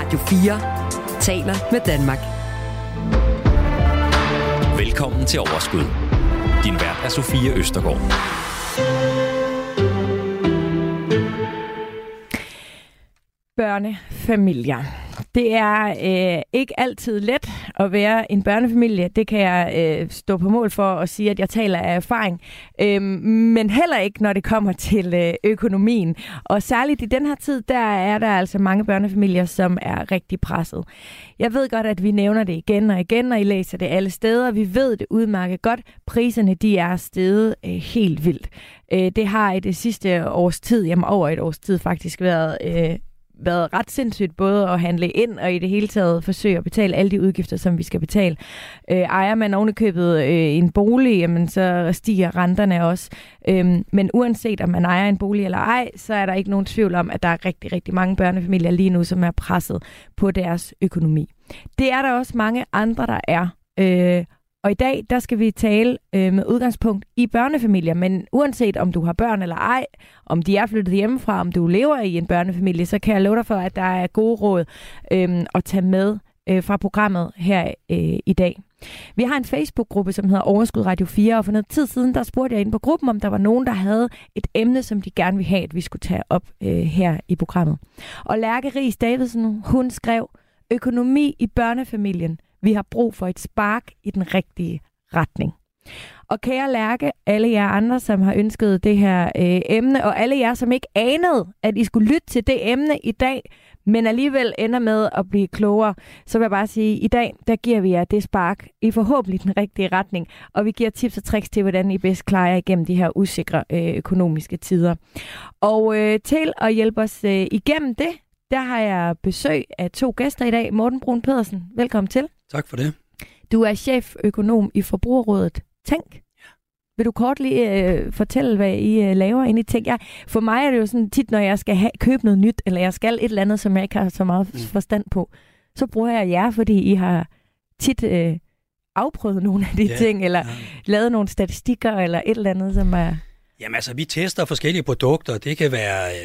Radio 4 taler med Danmark. Velkommen til Overskud. Din vært er Sofie Østergaard. Børnefamilier. Det er ikke altid let at være en børnefamilie. Det kan jeg stå på mål for at sige, at jeg taler af erfaring. Men heller ikke, når det kommer til økonomien. Og særligt i den her tid, der er der altså mange børnefamilier, som er rigtig presset. Jeg ved godt, at vi nævner det igen og igen, og I læser det alle steder. Vi ved det udmærket godt. Priserne, de er steget helt vildt. Det har i det sidste års tid, over et års tid faktisk været ret sindssygt både at handle ind og i det hele taget forsøge at betale alle de udgifter, som vi skal betale. Ejer man ovenikøbet en bolig, jamen, så stiger renterne også. Men uanset om man ejer en bolig eller ej, så er der ikke nogen tvivl om, at der er rigtig, rigtig mange børnefamilier lige nu, som er presset på deres økonomi. Det er der også mange andre, der er. Og i dag, der skal vi tale med udgangspunkt i børnefamilier, men uanset om du har børn eller ej, om de er flyttet hjemmefra, om du lever i en børnefamilie, så kan jeg love dig for, at der er gode råd at tage med fra programmet her i dag. Vi har en Facebook-gruppe, som hedder Overskud Radio 4, og for noget tid siden, der spurgte jeg ind på gruppen, om der var nogen, der havde et emne, som de gerne ville have, at vi skulle tage op her i programmet. Og Lærke Riis Davidsen, hun skrev, økonomi i børnefamilien. Vi har brug for et spark i den rigtige retning. Og kære Lærke, alle jer andre, som har ønsket det her emne, og alle jer, som ikke anede, at I skulle lytte til det emne i dag, men alligevel ender med at blive klogere, så vil jeg bare sige, at i dag, der giver vi jer det spark i forhåbentlig den rigtige retning, og vi giver tips og tricks til, hvordan I bedst klarer jer igennem de her usikre økonomiske tider. Og til at hjælpe os igennem det, der har jeg besøg af 2 gæster i dag. Morten Bruun Pedersen, velkommen til. Tak for det. Du er cheføkonom i Forbrugerrådet Tænk. Ja. Vil du kort lige fortælle, hvad I laver inde i Tænk? For mig er det jo sådan tit, når jeg skal købe noget nyt, eller jeg skal et eller andet, som jeg ikke har så meget forstand på, så bruger jeg jer, fordi I har tit afprøvet nogle af de ting, eller lavet nogle statistikker, eller et eller andet, som er... Jamen altså, vi tester forskellige produkter. Det kan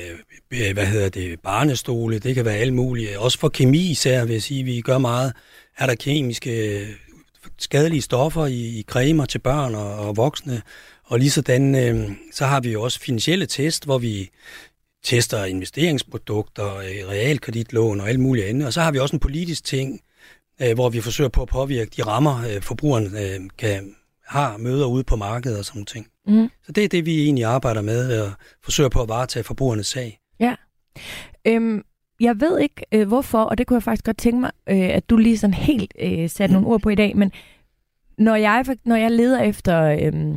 være, barnestole, det kan være alt muligt. Også for kemi især, vil jeg sige, vi gør meget. Er der kemiske skadelige stoffer i cremer til børn og voksne. Og lige sådan, så har vi jo også finansielle test, hvor vi tester investeringsprodukter, realkreditlån og alt muligt andet. Og så har vi også en politisk ting, hvor vi forsøger på at påvirke de rammer, forbrugeren har møder ude på markedet og sådan nogle ting. Mm. Så det er det, vi egentlig arbejder med, og forsøger på at varetage forbrugernes sag. Ja. Jeg ved ikke, hvorfor, og det kunne jeg faktisk godt tænke mig, at du lige sådan helt satte nogle ord på i dag, men når jeg leder efter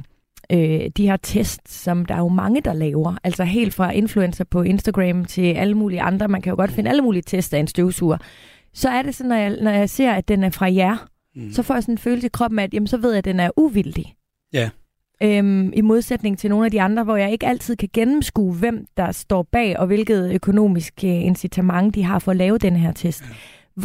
de her tests, som der er jo mange, der laver, altså helt fra influencer på Instagram til alle mulige andre, man kan jo godt finde alle mulige tests af en støvsuger, så er det sådan, når jeg ser, at den er fra jer, så får jeg sådan en følelse i kroppen af, at jamen, så ved jeg, at den er uvildig. Ja. I modsætning til nogle af de andre, hvor jeg ikke altid kan gennemskue, hvem der står bag, og hvilket økonomisk incitament de har for at lave den her test. Ja.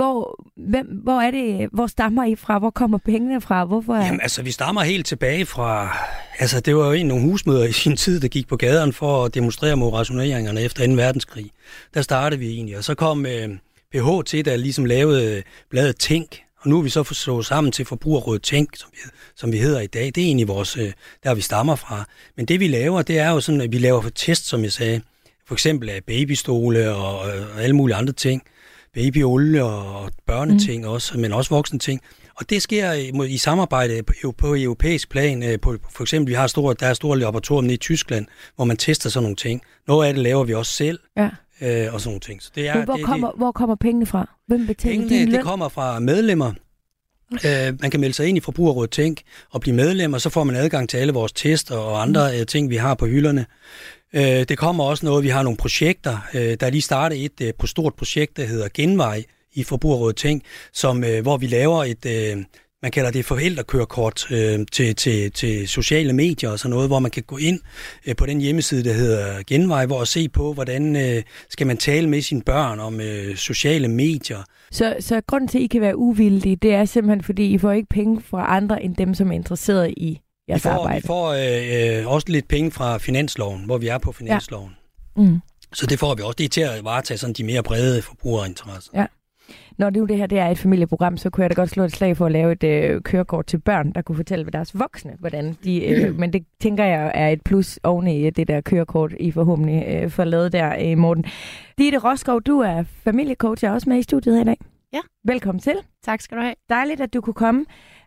Hvor er det, hvor stammer I fra? Hvor kommer pengene fra? Hvorfor? Jamen altså, vi stammer helt tilbage fra... Altså, det var jo nogle husmøder i sin tid, der gik på gaderne for at demonstrere mod rationeringerne efter 2. verdenskrig. Der startede vi egentlig, og så kom PH til, der ligesom lavede bladet Tænk. Og nu er vi så slået sammen til Forbrugerrådet Tænk, som vi hedder i dag. Det er egentlig der vi stammer fra. Men det vi laver, det er jo sådan, at vi laver test, som jeg sagde. For eksempel af babystole og alle mulige andre ting. Babyolie og børneting også, men også voksne ting. Og det sker i samarbejde på europæisk plan. For eksempel, der er store laboratorier i Tyskland, hvor man tester sådan nogle ting. Noget af det laver vi også selv. Ja. Og sådan nogle ting. Så det er, hvor kommer pengene fra? Hvem betaler din løn? Det kommer fra medlemmer. Man kan melde sig ind i Forbrugerrådet Tænk og blive medlem, og så får man adgang til alle vores tester og andre ting, vi har på hylderne. Det kommer også noget, vi har nogle projekter. Der er lige startet et stort projekt, der hedder Genvej i Forbrugerrådet Tænk, hvor vi laver man kalder det forældrekørekort til sociale medier og sådan noget, hvor man kan gå ind på den hjemmeside, der hedder Genvej, hvor at se på, hvordan skal man tale med sine børn om sociale medier. Så grunden til, at I kan være uvildige, det er simpelthen, fordi I får ikke penge fra andre end dem, som er interesseret i jeres arbejde? Vi får også lidt penge fra finansloven, hvor vi er på finansloven. Ja. Mm. Så det får vi også. Det er til at varetage sådan de mere brede forbrugerinteresser. Ja. Når det her det er et familieprogram, så kunne jeg da godt slå et slag for at lave et kørekort til børn, der kunne fortælle ved deres voksne, hvordan de... men det tænker jeg er et plus oven i det der kørekort, I forhåbentlig får lavet der, Morten. Ditte Roskov, du er familiecoach, er også med i studiet her i dag. Ja. Velkommen til. Tak skal du have. Dejligt, at du kunne komme.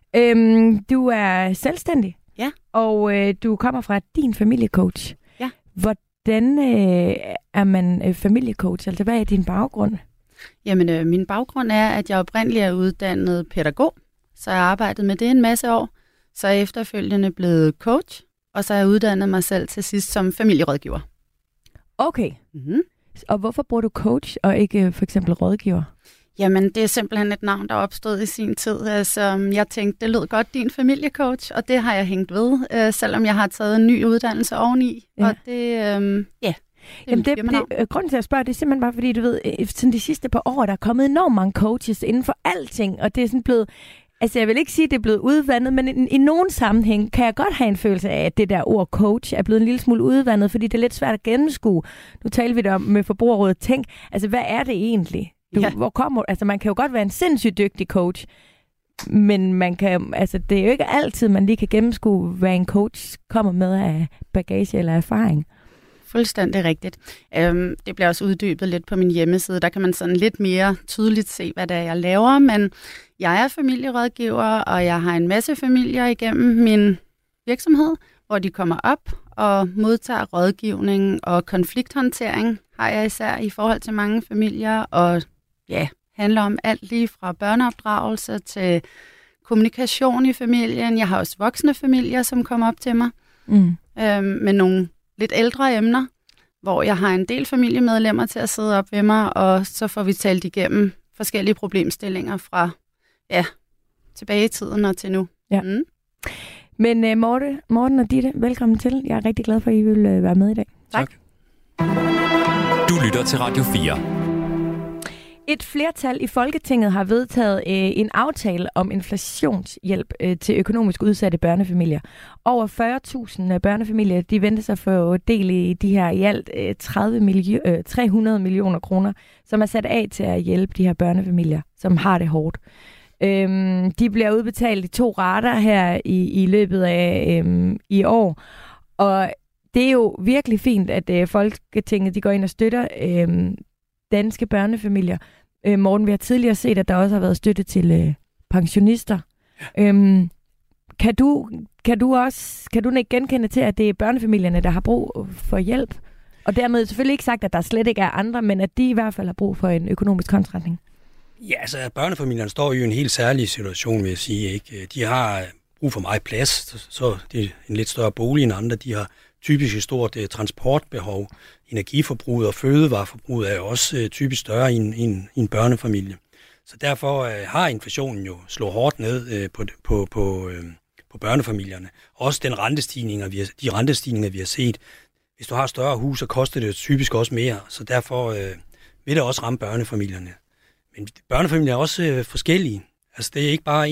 Du er selvstændig. Ja. Og du kommer fra din familiecoach. Ja. Hvordan er man familiecoach? Altså, hvad er din baggrund? Jamen, min baggrund er, at jeg oprindeligt er uddannet pædagog, så jeg har arbejdet med det en masse år. Så er jeg efterfølgende blevet coach, og så har jeg uddannet mig selv til sidst som familierådgiver. Okay. Mm-hmm. Og hvorfor bruger du coach og ikke for eksempel rådgiver? Jamen, det er simpelthen et navn, der opstod i sin tid. Altså, jeg tænkte, det lød godt, din familiecoach, og det har jeg hængt ved, selvom jeg har taget en ny uddannelse oveni. Ja. Og det, Jamen grunden til at spørge, det er simpelthen bare fordi, du ved, sådan de sidste par år, der er kommet enormt mange coaches inden for alting, og det er sådan blevet, altså jeg vil ikke sige, at det er blevet udvandet, men i nogen sammenhæng kan jeg godt have en følelse af, at det der ord coach er blevet en lille smule udvandet, fordi det er lidt svært at gennemskue. Nu taler vi der med Forbrugerrådet. Tænk, altså hvad er det egentlig? Hvor kommer, altså man kan jo godt være en sindssygt dygtig coach, men man kan, altså det er jo ikke altid, man lige kan gennemskue, hvad en coach kommer med af bagage eller erfaring. Fuldstændig rigtigt. Det bliver også uddybet lidt på min hjemmeside. Der kan man sådan lidt mere tydeligt se, hvad det er, jeg laver. Men jeg er familierådgiver, og jeg har en masse familier igennem min virksomhed, hvor de kommer op og modtager rådgivning og konflikthåndtering, har jeg især i forhold til mange familier. Og ja, handler om alt lige fra børneopdragelse til kommunikation i familien. Jeg har også voksne familier, som kommer op til mig med nogle lidt ældre emner, hvor jeg har en del familiemedlemmer til at sidde op ved mig, og så får vi talt igennem forskellige problemstillinger fra tilbage i tiden og til nu. Ja. Men Morten og Ditte, velkommen til. Jeg er rigtig glad for, at I vil være med i dag. Tak. Du lytter til Radio 4. Et flertal i Folketinget har vedtaget en aftale om inflationshjælp til økonomisk udsatte børnefamilier. Over 40.000 børnefamilier, de venter sig for at del i de her i alt 300 millioner kroner, som er sat af til at hjælpe de her børnefamilier, som har det hårdt. De bliver udbetalt i 2 rater her i løbet af i år, og det er jo virkelig fint, at Folketinget de går ind og støtter danske børnefamilier. Morten, vi har tidligere set, at der også har været støtte til pensionister. Ja. Kan du ikke genkende til, at det er børnefamilierne, der har brug for hjælp? Og dermed selvfølgelig ikke sagt, at der slet ikke er andre, men at de i hvert fald har brug for en økonomisk håndsrækning. Ja, altså børnefamilierne står jo i en helt særlig situation, vil jeg sige. Ikke? De har brug for meget plads, så det er en lidt større bolig end andre. De har typisk et stort transportbehov. Energiforbruget og fødevareforbruget er også typisk større i en børnefamilie. Så derfor har inflationen jo slået hårdt ned på børnefamilierne. Også de rentestigninger, vi har set. Hvis du har større hus, så koster det typisk også mere. Så derfor vil det også ramme børnefamilierne. Men børnefamilier er også forskellige. Altså det er ikke bare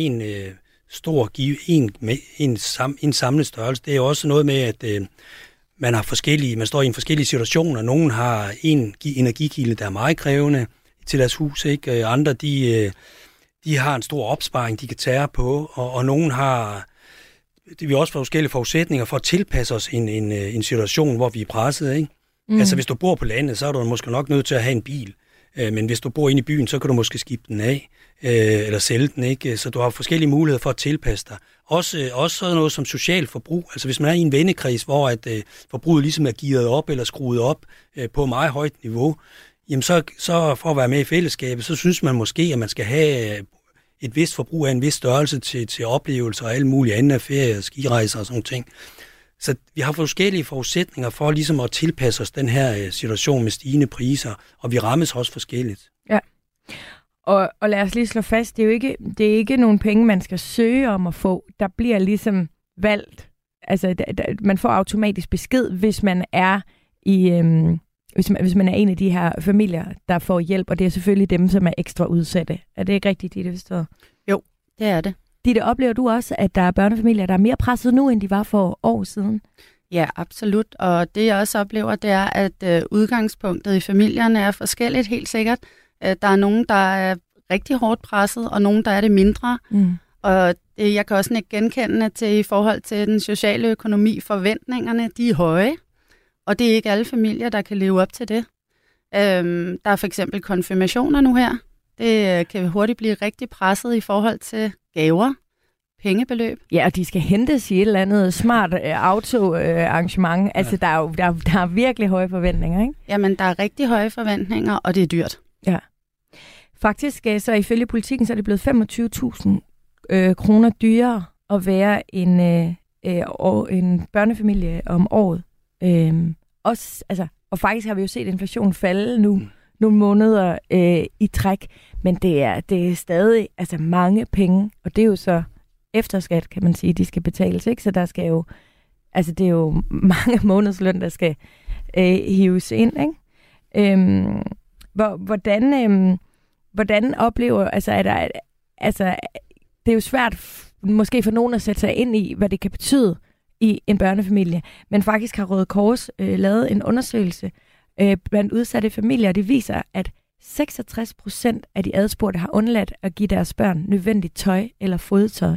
en samlet størrelse. Det er også noget med, at man står i en forskellige situationer. Nogle har en energikilde, der er meget krævende til deres hus, ikke? Andre, de har en stor opsparing, de kan tære på, og nogle har... Det er også forskellige forudsætninger for at tilpasse os en situation, hvor vi er presset, ikke? Altså hvis du bor på landet, så er du måske nok nødt til at have en bil. Men hvis du bor inde i byen, så kan du måske skifte den af, eller sælge den, ikke? Så du har forskellige muligheder for at tilpasse dig. Også sådan noget som social forbrug. Altså hvis man er i en vennekreds, hvor at forbruget ligesom er gearet op eller skruet op på meget højt niveau, jamen så for at være med i fællesskabet, så synes man måske, at man skal have et vist forbrug af en vis størrelse til oplevelser og alle mulige andre ferier, skirejser og sådan ting. Så vi har forskellige forudsætninger for ligesom at tilpasse os den her situation med stigende priser, og vi rammes også forskelligt. Ja, og lad os lige slå fast, det er ikke nogen penge, man skal søge om at få. Der bliver ligesom valgt, altså man får automatisk besked, hvis man er hvis man er en af de her familier, der får hjælp, og det er selvfølgelig dem, som er ekstra udsatte. Er det ikke rigtigt, Ditte, forstået? Jo, det er det. Ditte, oplever du også, at der er børnefamilier, der er mere presset nu, end de var for år siden? Ja, absolut. Og det jeg også oplever, det er, at udgangspunktet i familierne er forskelligt, helt sikkert. Der er nogen, der er rigtig hårdt presset, og nogen, der er det mindre. Og jeg kan også ikke genkende til i forhold til den sociale økonomi. Forventningerne, de er høje, og det er ikke alle familier, der kan leve op til det. Der er for eksempel konfirmationer nu her. Det kan hurtigt blive rigtig presset i forhold til gaver, pengebeløb. Ja, og de skal hentes i et eller andet smart auto-arrangement. Altså, der er virkelig høje forventninger, ikke? Jamen, der er rigtig høje forventninger, og det er dyrt. Ja. Faktisk, så ifølge Politikken, så er det blevet 25.000 kroner dyrere at være en børnefamilie om året. Og faktisk har vi jo set inflationen falde nu nogle måneder i træk, men det er stadig mange penge, og det er jo så efterskat, kan man sige, de skal betales, ikke? Så der skal jo, det er jo mange månedsløn, der skal hives ind, ikke? Hvordan oplever, det er jo svært måske for nogen at sætte sig ind i, hvad det kan betyde i en børnefamilie, men faktisk har Røde Kors lavet en undersøgelse blandt udsatte familier, og det viser, at 66% af de adspurgte har undladt at give deres børn nødvendigt tøj eller fodtøj.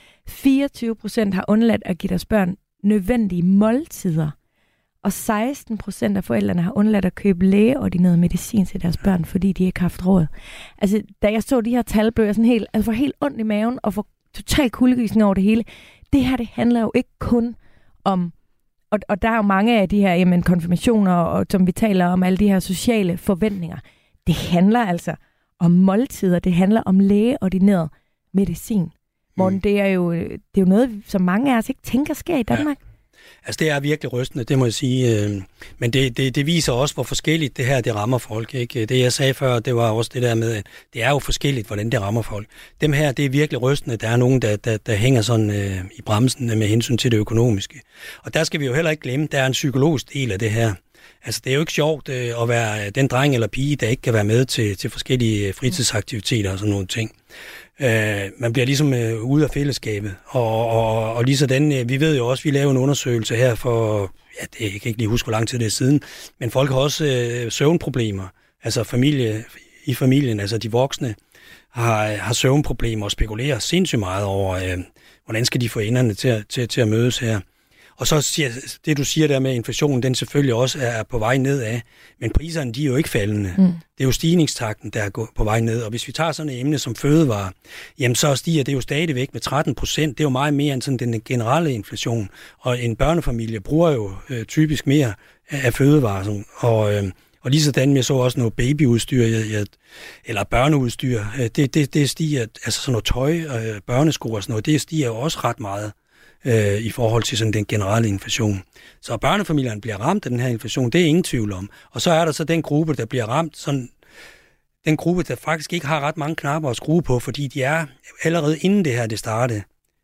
24% har undladt at give deres børn nødvendige måltider. Og 16% af forældrene har undladt at købe lægeordineret medicin til deres børn, fordi de ikke har haft råd. Altså, da jeg så de her tal, blev jeg sådan får helt ondt i maven og får total kuldegysning over det hele. Det her, det handler jo ikke kun om, og der er jo mange af de her konfirmationer, og som vi taler om, alle de her sociale forventninger. Det handler altså om måltider, det handler om lægeordineret medicin. Morten, det er jo noget, som mange af os ikke tænker sker i Danmark. Ja. Altså, det er virkelig rystende, det må jeg sige. Men det viser også, hvor forskelligt det her, det rammer folk, ikke? Det, jeg sagde før, det var også det der med, at det er jo forskelligt, hvordan det rammer folk. Dem her, det er virkelig rystende. Der er nogen, der hænger sådan i bremsen med hensyn til det økonomiske. Og der skal vi jo heller ikke glemme, der er en psykologisk del af det her. Altså, det er jo ikke sjovt at være den dreng eller pige, der ikke kan være med til forskellige fritidsaktiviteter og sådan nogle ting. Man bliver ligesom ude af fællesskabet, og lige sådan, vi ved jo også, vi lavede en undersøgelse her for, jeg kan ikke lige huske, hvor lang tid det er siden, men folk har også søvnproblemer, altså i familien, altså de voksne har søvnproblemer og spekulerer sindssygt meget over, hvordan skal de få enderne til at mødes her. Og så det, du siger der med inflationen, den selvfølgelig også er på vej nedad, men priserne, de er jo ikke faldende. Det er jo stigningstakten, der er på vej ned. Og hvis vi tager sådan et emne som fødevare, jamen så stiger det jo stadigvæk med 13%. Det er jo meget mere end sådan den generelle inflation. Og en børnefamilie bruger jo typisk mere af fødevare. Og lige sådan, jeg så også noget babyudstyr, eller børneudstyr, det stiger, altså sådan noget tøj, børnesko og sådan noget, det stiger jo også ret meget i forhold til sådan den generelle inflation. Så børnefamilierne bliver ramt af den her inflation, det er ingen tvivl om. Og så er der så den gruppe, der bliver ramt, sådan den gruppe, der faktisk ikke har ret mange knapper at skrue på, fordi de er allerede inden det her, det startede,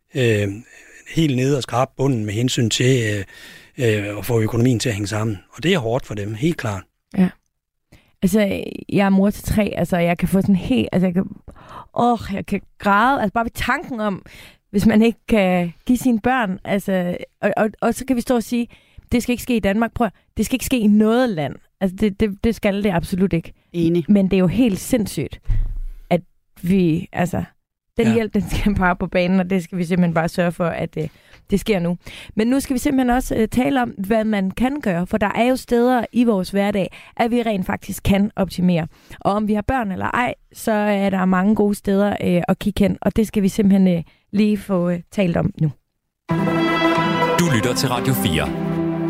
helt nede og skrabe bunden med hensyn til at få økonomien til at hænge sammen. Og det er hårdt for dem, helt klart. Ja. Altså, jeg er mor til 3, altså jeg kan få sådan helt, altså jeg kan græde, altså bare ved tanken om, hvis man ikke kan give sine børn, altså, og så kan vi stå og sige, det skal ikke ske i Danmark, prøv, det skal ikke ske i noget land. Altså, det skal det absolut ikke. Enig. Men det er jo helt sindssygt, at vi, altså, den hjælp, den skal bare på banen, og det skal vi simpelthen bare sørge for, at det sker nu. Men nu skal vi simpelthen også tale om, hvad man kan gøre, for der er jo steder i vores hverdag, at vi rent faktisk kan optimere. Og om vi har børn eller ej, så er der mange gode steder at kigge hen, og det skal vi simpelthen lige få talt om nu. Du lytter til Radio 4.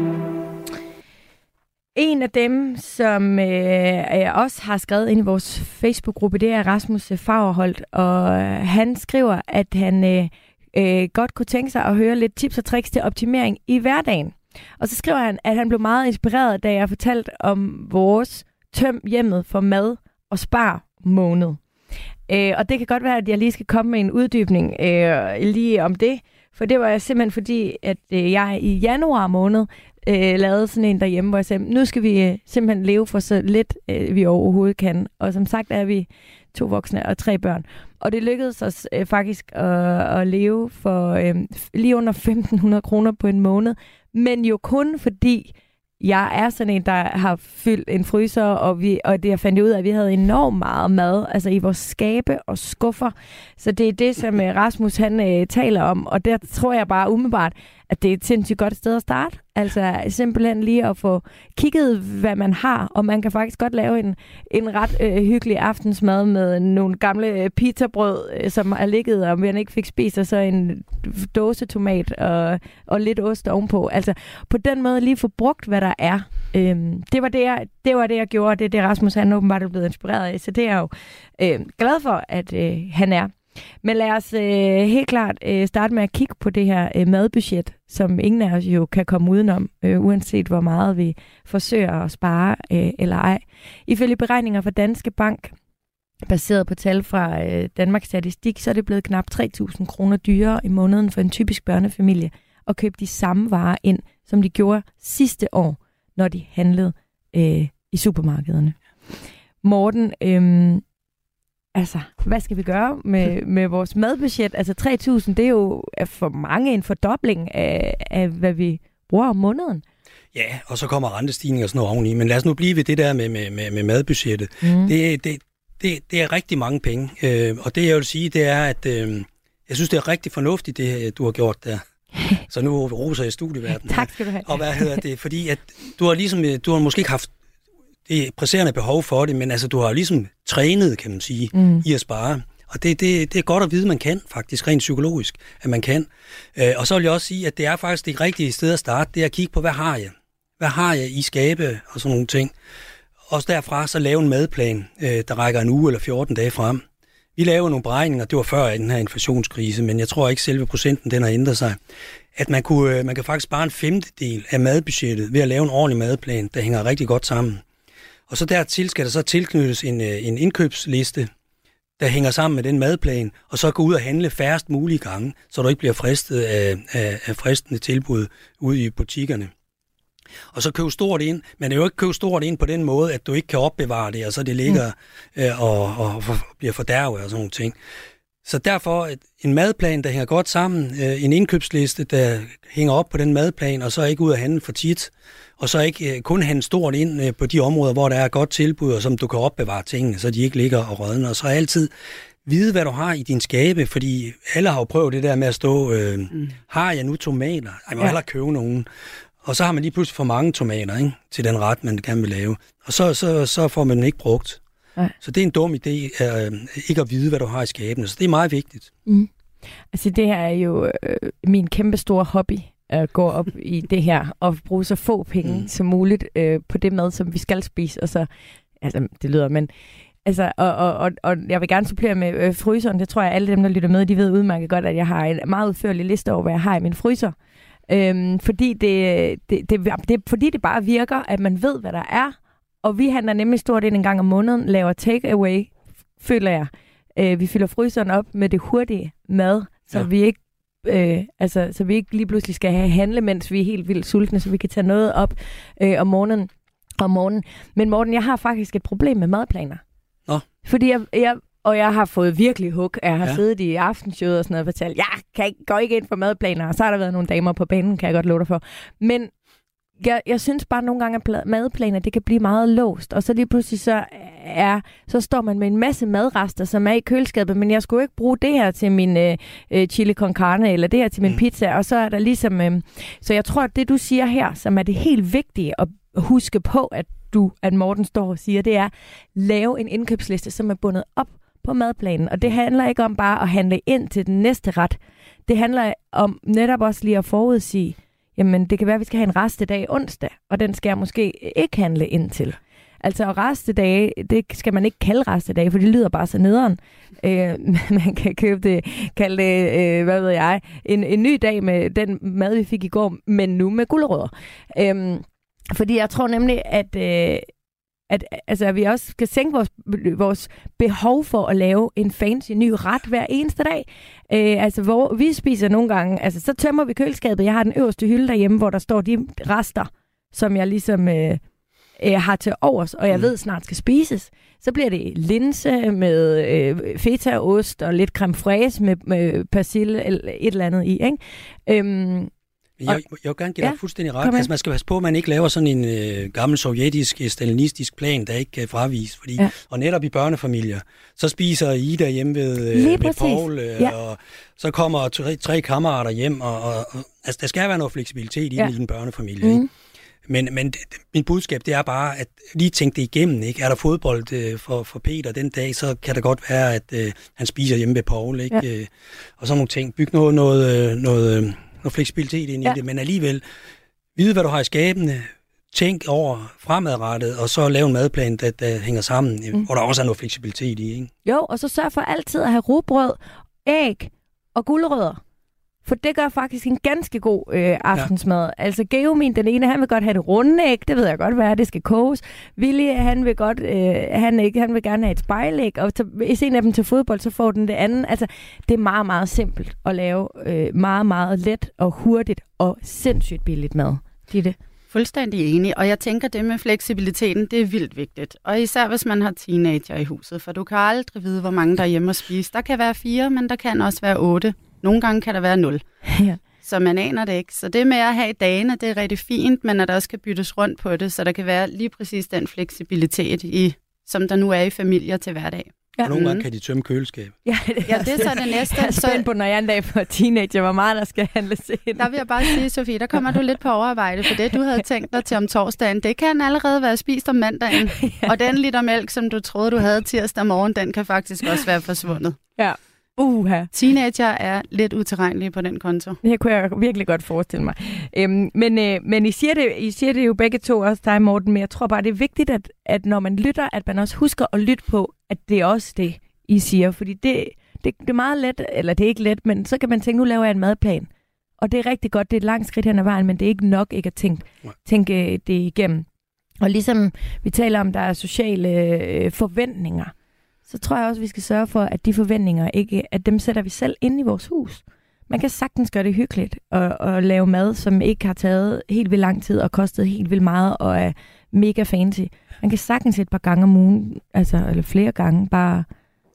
En af dem, som også har skrevet ind i vores Facebook-gruppe, det er Rasmus Fagerholt, og han skriver, at han godt kunne tænke sig at høre lidt tips og tricks til optimering i hverdagen. Og så skriver han, at han blev meget inspireret, da jeg fortalte om vores tøm hjemmet for mad og spar måned. Og det kan godt være, at jeg lige skal komme med en uddybning lige om det, for det var simpelthen fordi, at jeg i januar måned lavede sådan en derhjemme, hvor jeg sagde, nu skal vi simpelthen leve for så lidt, vi overhovedet kan. Og som sagt er vi 2 voksne og 3 børn. Og det lykkedes os faktisk at leve for lige under 1.500 kroner på en måned, men jo kun fordi jeg er sådan en, der har fyldt en fryser, og det jeg fandt ud af, at vi havde enormt meget mad, altså i vores skabe og skuffer. Så det er det, som Rasmus han taler om, og der tror jeg bare umiddelbart, at det er et sindssygt godt sted at starte. Altså simpelthen lige at få kigget, hvad man har, og man kan faktisk godt lave en ret hyggelig aftensmad med nogle gamle pizzabrød, som er ligget, og man ikke fik spist, og så en dåsetomat og lidt ost ovenpå. Altså på den måde lige få brugt, hvad der er. Det var det, jeg gjorde, og det er det, Rasmus han åbenbart er blevet inspireret af, så det er jeg jo glad for, at han er. Men lad os helt klart starte med at kigge på det her madbudget, som ingen af os jo kan komme udenom, uanset hvor meget vi forsøger at spare eller ej. Ifølge beregninger fra Danske Bank, baseret på tal fra Danmarks Statistik, så er det blevet knap 3.000 kroner dyrere i måneden for en typisk børnefamilie at købe de samme varer ind, som de gjorde sidste år, når de handlede i supermarkederne. Morten, altså, hvad skal vi gøre med vores madbudget? Altså 3.000, det er jo for mange en fordobling af hvad vi bruger om måneden. Ja, og så kommer rentestigninger og sådan noget oveni. Men lad os nu blive ved det der med madbudgettet. Det er rigtig mange penge. Og det jeg vil sige, det er, at jeg synes, det er rigtig fornuftigt, det du har gjort der. Så nu roser jeg studieverdenen. Tak skal du have. Og hvad hedder det? Fordi at du har måske ikke haft det presserende behov for det, men altså du har ligesom trænet, kan man sige, i at spare. Og det er godt at vide, man kan faktisk, rent psykologisk, at man kan. Og så vil jeg også sige, at det er faktisk det rigtige sted at starte, det er at kigge på, hvad har jeg? Hvad har jeg i skabe og sådan nogle ting? Også derfra så lave en madplan, der rækker en uge eller 14 dage frem. Vi laver nogle beregninger, det var før den her inflationskrise, men jeg tror ikke selve procenten, den har ændret sig. At man kan faktisk spare en femtedel af madbudgettet ved at lave en ordentlig madplan, der hænger rigtig godt sammen. Og så dertil skal der så tilknyttes en indkøbsliste, der hænger sammen med den madplan, og så gå ud og handle færrest mulige gange, så du ikke bliver fristet af fristende tilbud ude i butikkerne. Og så købe stort ind, men det er jo ikke købe stort ind på den måde, at du ikke kan opbevare det, og så det ligger og bliver fordærvet og sådan nogle ting. Så derfor en madplan, der hænger godt sammen, en indkøbsliste, der hænger op på den madplan, og så ikke ud at handle for tit, og så ikke kun handle stort ind på de områder, hvor der er godt tilbud, og som du kan opbevare tingene, så de ikke ligger og rådner. Og så altid vide, hvad du har i din skabe, fordi alle har jo prøvet det der med at stå, har jeg nu tomater? Jeg må hellere købe nogen. Og så har man lige pludselig for mange tomater, ikke, til den ret, man gerne vil lave. Og så får man den ikke brugt. Nej. Så det er en dum idé, ikke at vide, hvad du har i skabene. Så det er meget vigtigt. Altså det her er jo min kæmpe store hobby, at gå op i det her, og bruge så få penge som muligt på det mad, som vi skal spise. Og så, altså det lyder, men altså, og jeg vil gerne supplere med fryseren. Det tror jeg, alle dem, der lytter med, de ved udmærket godt, at jeg har en meget udførlig liste over, hvad jeg har i min fryser. Fordi det bare virker, at man ved, hvad der er. Og vi handler nemlig stort ind en gang om måneden, laver take-away, føler jeg. Vi fylder fryseren op med det hurtige mad, så vi ikke så vi ikke lige pludselig skal handle, mens vi er helt vildt sultne, så vi kan tage noget op om morgenen. Men Morten, jeg har faktisk et problem med madplaner. Nå. Fordi jeg har fået virkelig hug. Jeg har siddet i aftenshowet og sådan noget og fortalt, jeg går ikke ind for madplaner, og så har der været nogle damer på banen, kan jeg godt love dig for. Men jeg synes bare nogle gange, at madplaner, det kan blive meget låst, og så lige pludselig så står man med en masse madrester, som er i køleskabet, men jeg skulle ikke bruge det her til min chili con carne, eller det her til min pizza, og så er der ligesom... så jeg tror, at det du siger her, som er det helt vigtige at huske på, at Morten står og siger, det er, lave en indkøbsliste, som er bundet op på madplanen, og det handler ikke om bare at handle ind til den næste ret. Det handler om netop også lige at forudsige, jamen det kan være, at vi skal have en restedag onsdag, og den skal jeg måske ikke handle ind til. Altså restedage, det skal man ikke kalde restedage, for det lyder bare så nederen. Man kan kalde det, hvad ved jeg, en ny dag med den mad, vi fik i går, men nu med gulerødder. Fordi jeg tror nemlig, at vi også skal sænke vores behov for at lave en fancy ny ret hver eneste dag. Hvor vi spiser nogle gange, så tømmer vi køleskabet. Jeg har den øverste hylde derhjemme, hvor der står de rester, som jeg ligesom har til overs, og jeg ved snart skal spises. Så bliver det linse med fetaost og lidt creme fraise med persille eller et eller andet i, ikke? Jeg vil gerne give dig fuldstændig ret. Altså, man skal passe på, at man ikke laver sådan en gammel sovjetisk, stalinistisk plan, der ikke kan fraviges. Fordi, og netop i børnefamilier, så spiser Ida hjemme med Paul, og så kommer tre kammerater hjem. Altså, der skal være noget fleksibilitet i en børnefamilie, ikke? Men min budskab, det er bare, at lige tænk det igennem, ikke? Er der fodbold for Peter den dag, så kan det godt være, at han spiser hjemme ved Paul, ikke? Ja. Og sådan nogle ting. Byg noget fleksibilitet ind i det, men alligevel vide, hvad du har i skabene, tænk over fremadrettet, og så lave en madplan, der hænger sammen, hvor der også er noget fleksibilitet i, ikke? Jo, og så sørg for altid at have rugbrød, æg og gulerødder. For det gør faktisk en ganske god aftensmad. Altså Geomin, den ene, han vil godt have det runde æg, det ved jeg godt, hvad er, det skal koges. Willy, han vil godt, han vil gerne have et spejlæg, og hvis en af dem til fodbold, så får den det andet. Altså, det er meget, meget simpelt at lave meget, meget let og hurtigt og sindssygt billigt mad. Det er det. Fuldstændig enig, og jeg tænker, det med fleksibiliteten, det er vildt vigtigt. Og især hvis man har teenager i huset, for du kan aldrig vide, hvor mange der er hjemme og spise. Der kan være 4, men der kan også være 8. Nogle gange kan der være 0. Ja. Så man aner det ikke. Så det med at have dagene, det er rigtig fint, men at der også kan byttes rundt på det, så der kan være lige præcis den fleksibilitet, som der nu er i familier til hverdag. Ja. Og nogle gange kan de tømme køleskab. Ja, det er så det næste. Jeg er spændt på, når jeg en dag får teenager, hvor meget der skal handles ind. Der vil jeg bare sige, Sofie, der kommer du lidt på overarbejde, for det, du havde tænkt dig til om torsdagen, det kan allerede være spist om mandagen. Ja. Og den liter mælk, som du troede, du havde tirsdag morgen, den kan faktisk også være forsvundet. Ja. Teenager er lidt utilregnelige på den konto. Det kunne jeg virkelig godt forestille mig. Men I siger det jo begge to, også dig, Morten, men jeg tror bare, det er vigtigt, at når man lytter, at man også husker at lytte på, at det er også det, I siger. Fordi det er meget let, eller det er ikke let, men så kan man tænke, nu laver jeg en madplan. Og det er rigtig godt, det er et langt skridt hen ad vejen, men det er ikke nok ikke at tænke det igennem. Og ligesom vi taler om, der er sociale forventninger, så tror jeg også, vi skal sørge for, at de forventninger ikke, at dem sætter vi selv inde i vores hus. Man kan sagtens gøre det hyggeligt og lave mad, som ikke har taget helt vildt lang tid og kostet helt vildt meget og er mega fancy. Man kan sagtens et par gange om ugen, altså, eller flere gange, bare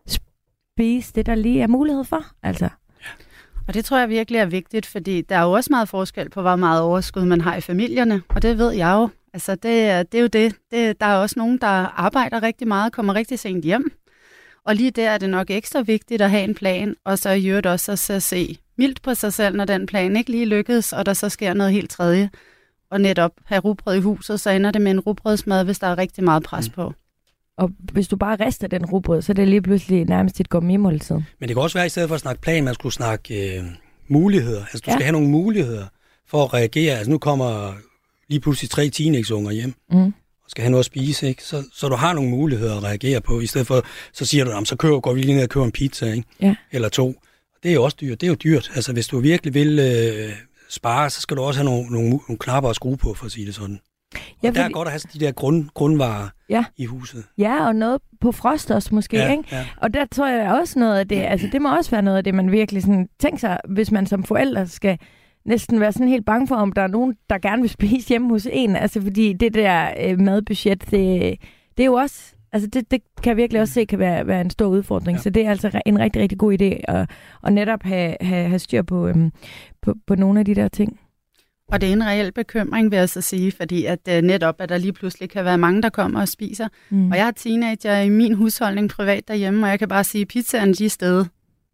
spise det, der lige er mulighed for. Altså. Og det tror jeg virkelig er vigtigt, fordi der er jo også meget forskel på, hvor meget overskud man har i familierne, og det ved jeg jo. Altså, det er jo det. Der er også nogen, der arbejder rigtig meget, kommer rigtig sent hjem. Og lige der er det nok ekstra vigtigt at have en plan, og så i øvrigt også at se mildt på sig selv, når den plan ikke lige lykkedes, og der så sker noget helt tredje. Og netop have rugbrød i huset, så ender det med en rugbrødsmad, hvis der er rigtig meget pres på. Og hvis du bare rister den rugbrød, så er det lige pludselig nærmest et gourmetmåltid. Men det kan også være, i stedet for at snakke plan, man skulle snakke muligheder. Altså du skal have nogle muligheder for at reagere. Altså nu kommer lige pludselig 3 teenageunger hjem. Skal have noget at spise, ikke? Så du har nogle muligheder at reagere på, i stedet for, så siger du, så går vi lige ned og køber en pizza, ikke? Ja. Eller 2. Det er jo også dyrt. Det er jo dyrt. Altså, hvis du virkelig vil spare, så skal du også have nogle knapper at skrue på, for at sige det sådan. Og der er godt at have de der grundvarer i huset. Ja, og noget på frost også måske, ikke? Ja. Og der tror jeg også noget af det, altså det må også være noget af det, man virkelig sådan tænker sig, hvis man som forældre skal næsten være sådan helt bange for, om der er nogen, der gerne vil spise hjemme hos en. Altså, fordi det der madbudget, det er jo også, altså det kan jeg virkelig også se, kan være en stor udfordring. Ja. Så det er altså en rigtig, rigtig god idé at netop have styr på nogle af de der ting. Og det er en reel bekymring, vil jeg så sige, fordi at netop, at der lige pludselig kan være mange, der kommer og spiser. Og jeg har teenager i min husholdning privat derhjemme, og jeg kan bare sige, at pizzaen de er steget.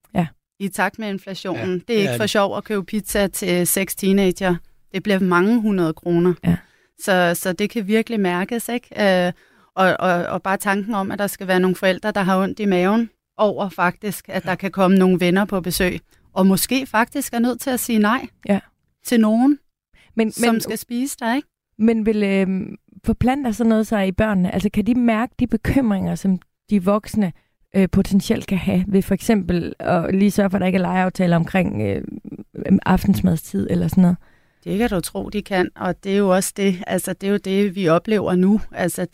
I takt med inflationen. Ja, det er ikke for sjov at købe pizza til 6 teenager. Det bliver mange 100 kroner. Ja. Så det kan virkelig mærkes, ikke? Og bare tanken om, at der skal være nogle forældre, der har ondt i maven over faktisk, at der kan komme nogle venner på besøg. Og måske faktisk er nødt til at sige nej til nogen, som skal spise dig, ikke? Men vil forplanter sådan noget sig i børnene? Altså kan de mærke de bekymringer, som de voksne potentielt kan have ved for eksempel at lige sørge for, at der ikke er legeaftaler omkring aftensmadstid eller sådan noget? Det kan du tro, de kan, og det er jo også det, altså det er jo det, vi oplever nu. Altså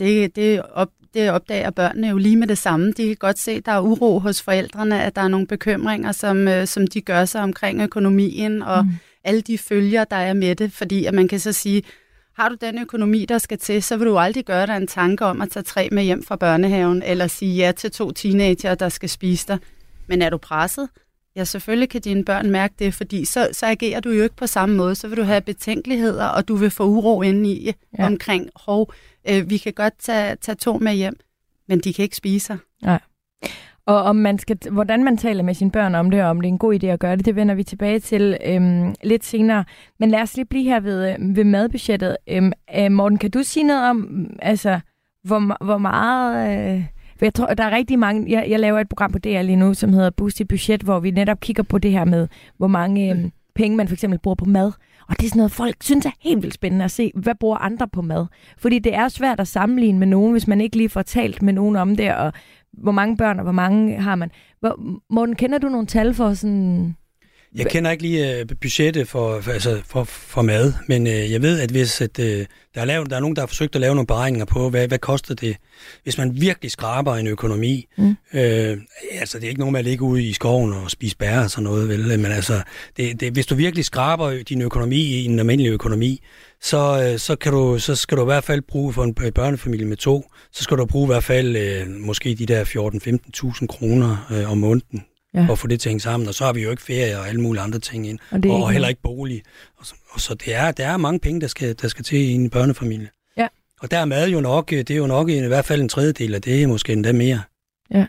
det opdager børnene jo lige med det samme. De kan godt se, at der er uro hos forældrene, at der er nogle bekymringer, som de gør sig omkring økonomien og alle de følger, der er med det. Fordi at man kan så sige, har du den økonomi, der skal til, så vil du aldrig gøre dig en tanke om at tage 3 med hjem fra børnehaven, eller sige ja til 2 teenager, der skal spise dig. Men er du presset, ja, selvfølgelig kan dine børn mærke det, fordi så agerer du jo ikke på samme måde. Så vil du have betænkeligheder, og du vil få uro indeni omkring, vi kan godt tage 2 med hjem, men de kan ikke spise sig. Nej. Og om hvordan man taler med sine børn om det, og om det er en god idé at gøre det, det vender vi tilbage til lidt senere. Men lad os lige blive her ved madbudgettet. Morten, kan du sige noget om, altså, hvor meget... jeg tror, der er rigtig mange... Jeg laver et program på DR lige nu, som hedder Boost dit budget, hvor vi netop kigger på det her med, hvor mange penge man for eksempel bruger på mad. Og det er sådan noget, folk synes er helt vildt spændende at se, hvad bruger andre på mad. Fordi det er svært at sammenligne med nogen, hvis man ikke lige får talt med nogen om det, og hvor mange børn og hvor mange har man. Morten, kender du nogle tal for sådan... Jeg kender ikke lige budgettet for mad, men jeg ved, at hvis der er nogen, der har forsøgt at lave nogle beregninger på, hvad koster det, hvis man virkelig skraber en økonomi. Altså, det er ikke noget med at ligge ude i skoven og spise bær og sådan noget, vel? Men altså, hvis du virkelig skraber din økonomi i en almindelig økonomi, så skal du i hvert fald bruge for en børnefamilie med 2, så skal du bruge i hvert fald måske de der 14-15.000 kroner om måneden. Ja. For at få det til at hænge sammen, og så har vi jo ikke ferie og alle mulige andre ting ind, og heller ikke bolig. Og så der er mange penge, der skal til i en børnefamilie. Ja. Og der er mad jo nok, det er jo nok i hvert fald en tredjedel af det, måske endda mere. Ja.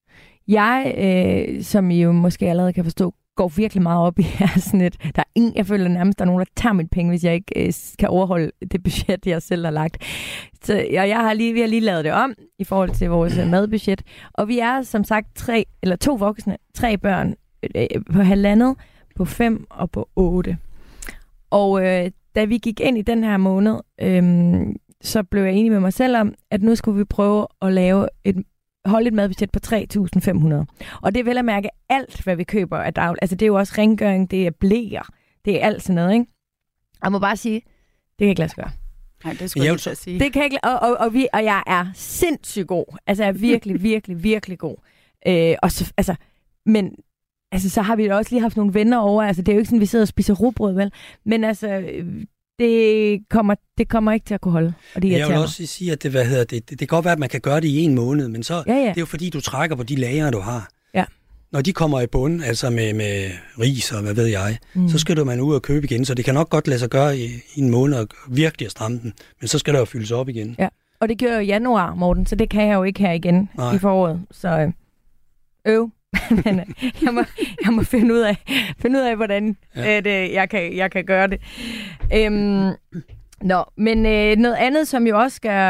Jeg, som I jo måske allerede kan forstå, går virkelig meget op i sådan et, jeg føler nærmest, der er nogen, der tager mit penge, hvis jeg ikke kan overholde det budget, jeg selv har lagt. Så vi har lige lavet det om i forhold til vores madbudget, og vi er som sagt 2 voksne, 3 børn på 1,5, på 5 og på 8. Og da vi gik ind i den her måned, så blev jeg enig med mig selv om, at nu skulle vi prøve at holde et madbudget på 3.500. Og det er vel at mærke alt, hvad vi køber af dagligt. Altså det er jo også rengøring, det er bleer, det er alt sådan noget, ikke? Jeg må bare sige, det kan ikke lade sig gøre. Nej, det skulle jeg sige. Det kan ikke, og jeg er sindssygt god. Altså jeg er virkelig, virkelig, virkelig god. Men så har vi jo også lige haft nogle venner over. Altså det er jo ikke sådan, vi sidder og spiser rugbrød, vel? Men altså... Det kommer ikke til at kunne holde. Og det jeg vil også sige, at det kan godt være, at man kan gøre det i 1 måned, men så det er jo fordi, du trækker på de lagre, du har. Ja. Når de kommer i bund, altså med ris og hvad ved jeg, så skal man ud og købe igen. Så det kan nok godt lade sig gøre i 1 måned og virkelig at stramme den, men så skal der jo fyldes op igen. Ja. Og det gør jo i januar, Morten, så det kan jeg jo ikke her igen i foråret. Så men jeg må finde ud af hvordan jeg kan gøre det. Men noget andet, som jo også skal...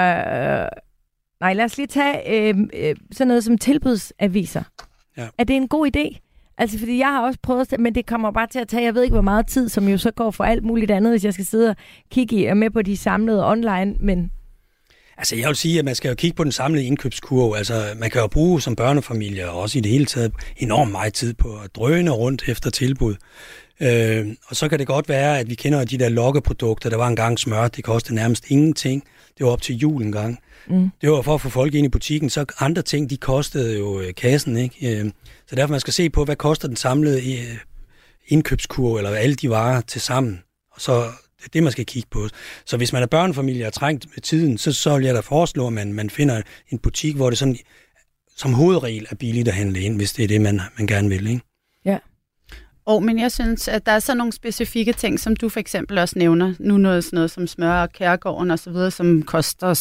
lad os lige tage sådan noget som tilbudsaviser. Ja. Er det en god idé? Altså, fordi jeg har også prøvet det, men det kommer bare til at tage, jeg ved ikke, hvor meget tid, som jo så går for alt muligt andet, hvis jeg skal sidde og kigge med på de samlede online, men... Altså, jeg vil sige, at man skal jo kigge på den samlede indkøbskurve. Altså, man kan jo bruge som børnefamilie, og også i det hele taget, enormt meget tid på at drøne rundt efter tilbud. Og så kan det godt være, at vi kender de der lokkeprodukter. Der var engang smør, det kostede nærmest ingenting. Det var op til jul engang. Det var for at få folk ind i butikken. Så andre ting, de kostede jo kassen, ikke? Så derfor man skal se på, hvad koster den samlede indkøbskurve, eller alle de varer til sammen. Og så... Det er det, man skal kigge på. Så hvis man er børnefamilie og trængt med tiden, så vil jeg da foreslå, at man finder en butik, hvor det sådan, som hovedregel er billigt at handle ind, hvis det er det, man gerne vil, ikke? Ja. Men jeg synes, at der er så nogle specifikke ting, som du for eksempel også nævner. Nu sådan noget som smør og Kærgården og så videre, som koster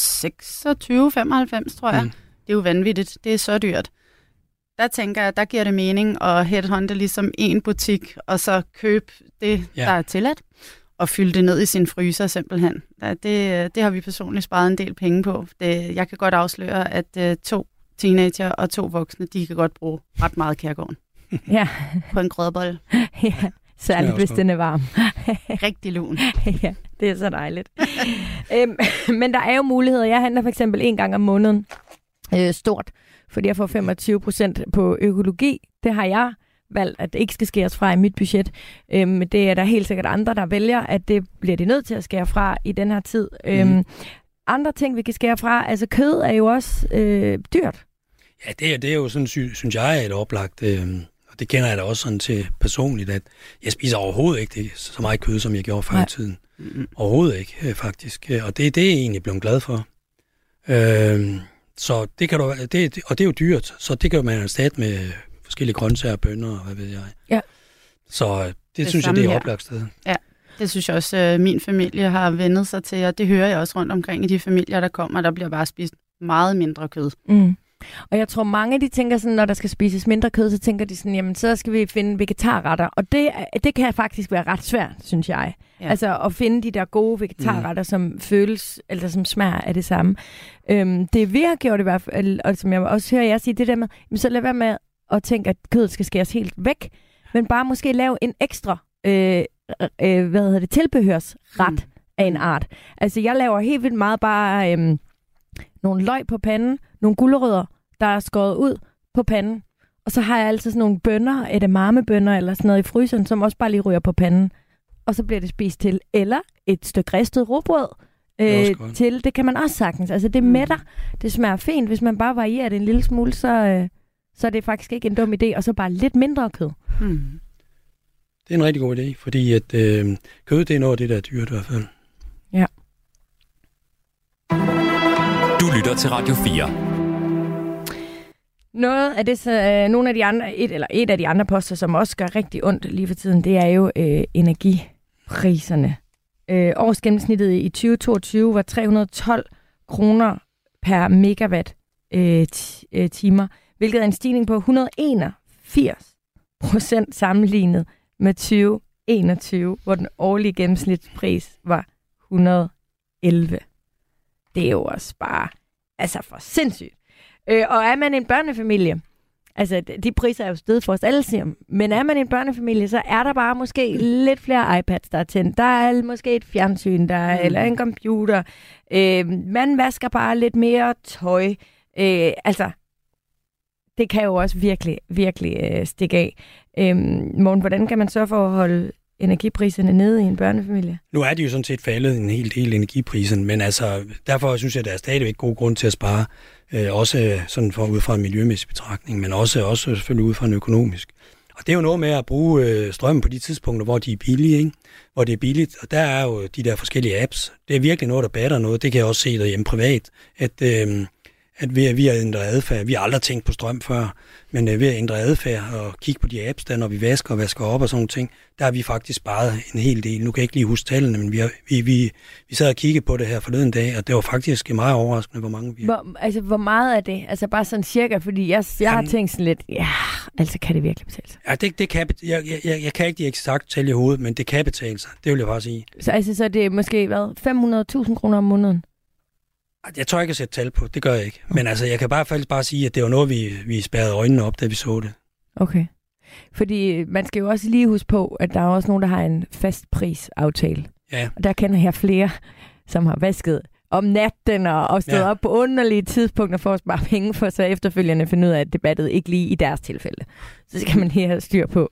26,95, tror jeg. Det er jo vanvittigt. Det er så dyrt. Der tænker jeg, der giver det mening at headhunte ligesom en butik, og så købe det, der er tilladt. Og fylde det ned i sin fryser simpelthen. Det har vi personligt sparet en del penge på. Jeg kan godt afsløre, at 2 teenager og 2 voksne, de kan godt bruge ret meget Kærgården. Ja. På en grødbolle. Ja, særligt hvis den er varm. Rigtig lun. Ja, det er så dejligt. Men der er jo muligheder. Jeg handler for eksempel 1 gang om måneden stort, fordi jeg får 25% på økologi. Det har jeg valgt, at det ikke skal skæres fra i mit budget. Det er der helt sikkert andre, der vælger, at det bliver de nødt til at skære fra i den her tid. Andre ting, vi kan skære fra, altså kød er jo også dyrt. Ja, det er jo sådan, synes jeg, et oplagt, og det kender jeg da også sådan til personligt, at jeg spiser overhovedet ikke så meget kød, som jeg gjorde før i tiden. Overhovedet ikke, faktisk. Og det er jeg egentlig blevet glad for. Så det kan du, og det er jo dyrt, så det kan man erstatte med forskellige grøntsager, bønner og hvad ved jeg. Ja. Så det synes jeg, det er oplagt sted. Ja, det synes jeg også, min familie har vendet sig til, og det hører jeg også rundt omkring i de familier, der kommer, der bliver bare spist meget mindre kød. Mm. Og jeg tror, mange de tænker sådan, når der skal spises mindre kød, så tænker de sådan, jamen så skal vi finde vegetarretter. Og det kan faktisk være ret svært, synes jeg. Ja. Altså at finde de der gode vegetarretter, som føles, eller som smager af det samme. Det vi har gjort i hvert fald, og som jeg også hører jer sige, det der med, så lad være med at tænke, at kødet skal skæres helt væk, men bare måske lave en ekstra tilbehørsret af en art. Altså jeg laver helt vildt meget bare nogle løg på panden, nogle gulerødder, der er skåret ud på panden, og så har jeg altid sådan nogle bønner, edamamebønner eller sådan noget i fryseren, som også bare lige ryger på panden, og så bliver det spist til. Eller et stykke ristet rugbrød til, det kan man også sagtens. Altså det mætter, det smager fint. Hvis man bare varierer det en lille smule, så er det faktisk ikke en dum idé, og så bare lidt mindre kød. Det er en rigtig god idé, fordi at kød, det er noget af det, der er dyrt i hvert fald. Ja. Du lytter til Radio 4. Noget af det, nogle af de andre, et af de andre poster, som også gør rigtig ondt lige for tiden, det er jo energipriserne. Årsgennemsnittet i 2022 var 312 kroner per megawatt timer, hvilket er en stigning på 181% sammenlignet med 2021, hvor den årlige gennemsnitspris var 111. Det er jo også bare for sindssygt. Og er man en børnefamilie, altså de priser er jo steget for os alle sammen, men er man en børnefamilie, så er der bare måske lidt flere iPads, der er tændt. Der er måske et fjernsyn, eller en computer. Man vasker bare lidt mere tøj. Det kan jo også virkelig, virkelig stikke af. Morten, hvordan kan man så for at holde energipriserne nede i en børnefamilie? Nu er de jo sådan set faldet en hel del energiprisen, men altså derfor synes jeg, at der er stadigvæk god grund til at spare. Også sådan ud fra en miljømæssig betragtning, men også selvfølgelig ud fra en økonomisk. Og det er jo noget med at bruge strømmen på de tidspunkter, hvor de er billige, ikke? Hvor det er billigt. Og der er jo de der forskellige apps. Det er virkelig noget, der batter noget. Det kan jeg også se derhjemme privat, at vi har ændret adfærd. Vi har aldrig tænkt på strøm før, men ved at ændre adfærd og kigge på de apps, der når vi vasker op og sådan ting, der har vi faktisk sparet en hel del. Nu kan jeg ikke lige huske tallene, men vi sad og kiggede på det her forleden dag, og det var faktisk meget overraskende, hvor mange vi har. Hvor meget er det? Altså bare sådan cirka, fordi jeg har tænkt sådan lidt, kan det virkelig betale sig? Ja, det kan jeg kan ikke de eksakte tal i hovedet, men det kan betale sig. Det vil jeg bare sige. Så det er måske 500.000 kroner om måneden? Jeg tør ikke at sætte tal på, det gør jeg ikke. Men altså, jeg kan faktisk bare sige, at det var noget, vi spærrede øjnene op, da vi så det. Okay. Fordi man skal jo også lige huske på, at der er også nogen, der har en fastprisaftale. Ja. Og der kender jeg flere, som har vasket om natten og stået op på underlige tidspunkter for at spare penge, for så efterfølgende finde ud af, at debattet ikke lige i deres tilfælde. Så skal man lige have styr på.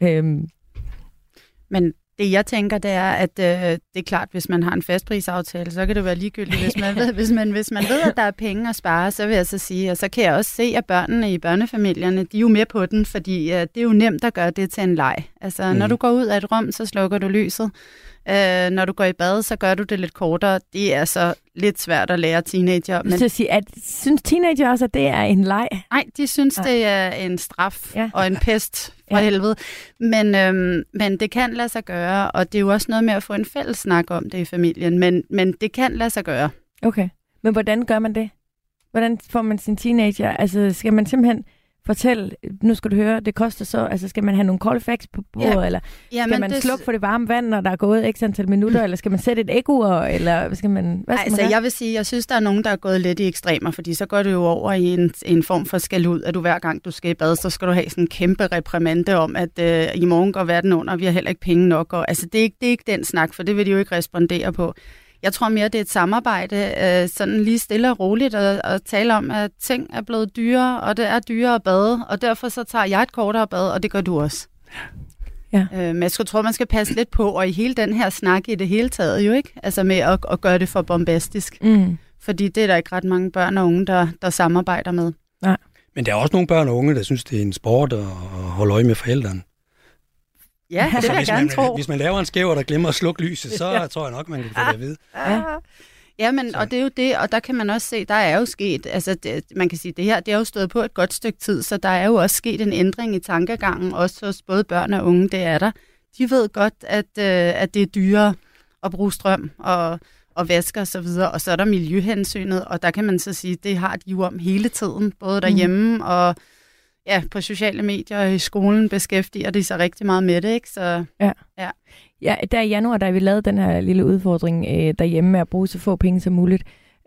Men det jeg tænker, det er, at det er klart, hvis man har en fastprisaftale, så kan det være ligegyldigt. Hvis man ved, at der er penge at spare, så vil jeg så sige, og så kan jeg også se, at børnene i børnefamilierne, de er jo med på den, fordi det er jo nemt at gøre det til en leg. Altså, når du går ud af et rum, så slukker du lyset. Når du går i bad, så gør du det lidt kortere. Det er så lidt svært at lære teenager. Men synes teenager også, at det er en leg? Nej, de synes, det er en straf og en pest fra helvede. Men det kan lade sig gøre, og det er jo også noget med at få en fælles snak om det i familien. Men det kan lade sig gøre. Okay, men hvordan gør man det? Hvordan får man sin teenager? Altså, skal man simpelthen fortælle, nu skal du høre, det koster så, altså skal man have nogle cold facts på bordet, eller skal man slukke for det varme vand, når der er gået x antal minutter, eller skal man sætte et æg-ur, eller hvad skal man jeg vil sige, jeg synes, der er nogen, der er gået lidt i ekstremer, fordi så går det jo over i en form for skældud, at du hver gang, du skal i bad, så skal du have sådan en kæmpe reprimande om, at i morgen går verden under, og vi har heller ikke penge nok, og altså det er ikke den snak, for det vil de jo ikke respondere på. Jeg tror mere, det er et samarbejde, sådan lige stille og roligt, og tale om, at ting er blevet dyrere, og det er dyrere at bade, og derfor så tager jeg et kortere bad, og det gør du også. Ja. Men jeg tror, man skal passe lidt på, og i hele den her snak i det hele taget jo ikke, altså med at gøre det for bombastisk. Fordi det er der ikke ret mange børn og unge, der samarbejder med. Nej. Men der er også nogle børn og unge, der synes, det er en sport at holde øje med forældrene. Ja, det vil jeg gerne tro. Hvis man laver en skæver, der glemmer at slukke lyset, så tror jeg nok, man kan få det at vide. Ja, men, og det er jo det, og der kan man også se, der er jo sket, altså man kan sige, det her, det er jo stået på et godt stykke tid, så der er jo også sket en ændring i tankegangen, også hos både børn og unge, det er der. De ved godt, at det er dyrere at bruge strøm og vaske og så videre, og så er der miljøhensynet, og der kan man så sige, det har de jo om hele tiden, både derhjemme og på sociale medier og i skolen beskæftiger de sig rigtig meget med det, ikke? Så, Ja, der i januar, da vi lavede den her lille udfordring derhjemme med at bruge så få penge som muligt,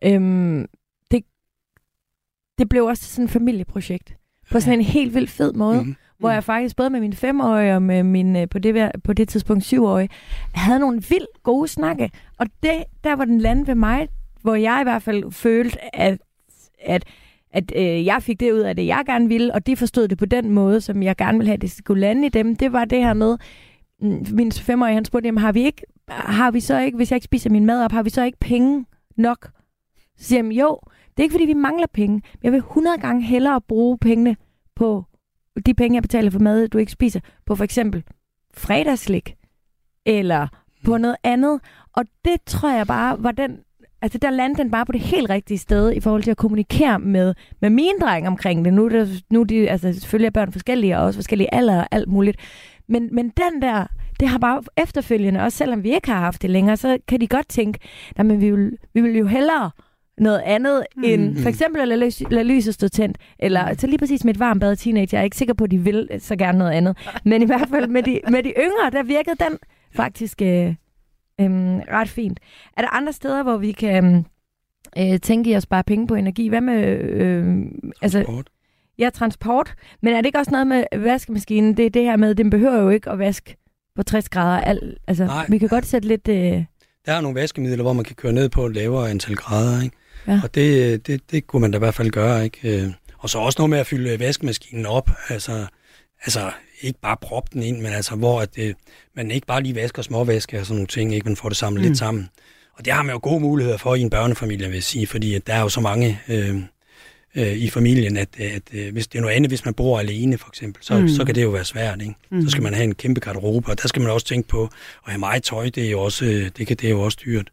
det blev også sådan et familieprojekt. På sådan en helt vildt fed måde, hvor jeg faktisk både med min 5-årige og med min på det tidspunkt 7-årige, havde nogle vildt gode snakke. Og der var den landede ved mig, hvor jeg i hvert fald følte, at jeg fik det ud af det, jeg gerne ville, og de forstod det på den måde, som jeg gerne ville have, det skulle lande i dem. Det var det her med, min 5-årige, han spurgte, jamen har vi så ikke, hvis jeg ikke spiser min mad op, har vi så ikke penge nok? Så siger jeg, jo, det er ikke, fordi vi mangler penge, men jeg vil 100 gange hellere bruge pengene på de penge, jeg betaler for mad, du ikke spiser, på for eksempel fredagslik, eller på noget andet. Og det tror jeg bare var der landede den bare på det helt rigtige sted, i forhold til at kommunikere med mine drenge omkring det. Nu er de, altså selvfølgelig er børn forskellige, og også forskellige alder og alt muligt. Men den der, det har bare efterfølgende, også selvom vi ikke har haft det længere, så kan de godt tænke, men vi vil jo hellere noget andet end for eksempel at lade lyset stå tændt, eller så lige præcis med et varmt bad teenager. Jeg er ikke sikker på, at de vil så gerne noget andet. Men i hvert fald med de yngre, der virkede den faktisk ret fint. Er der andre steder, hvor vi kan tænke i at spare penge på energi? Hvad med transport? Ja, transport. Men er det ikke også noget med vaskemaskinen? Det er det her med, den behøver jo ikke at vaske på 60 grader. Vi kan godt sætte lidt... Der er nogle vaskemidler, hvor man kan køre ned på et lavere antal grader, ikke? Ja. Og det kunne man da i hvert fald gøre, ikke? Og så også noget med at fylde vaskemaskinen op. Altså ikke bare proppe den ind, men altså hvor man ikke bare lige vasker småvasker og sådan nogle ting, ikke? Man får det samlet lidt sammen. Og det har man jo gode muligheder for i en børnefamilie, vil jeg sige, fordi at der er jo så mange i familien, at hvis det er noget andet, hvis man bor alene for eksempel, så kan det jo være svært, ikke? Så skal man have en kæmpe garderobe, og der skal man også tænke på at have meget tøj, det er jo også dyrt.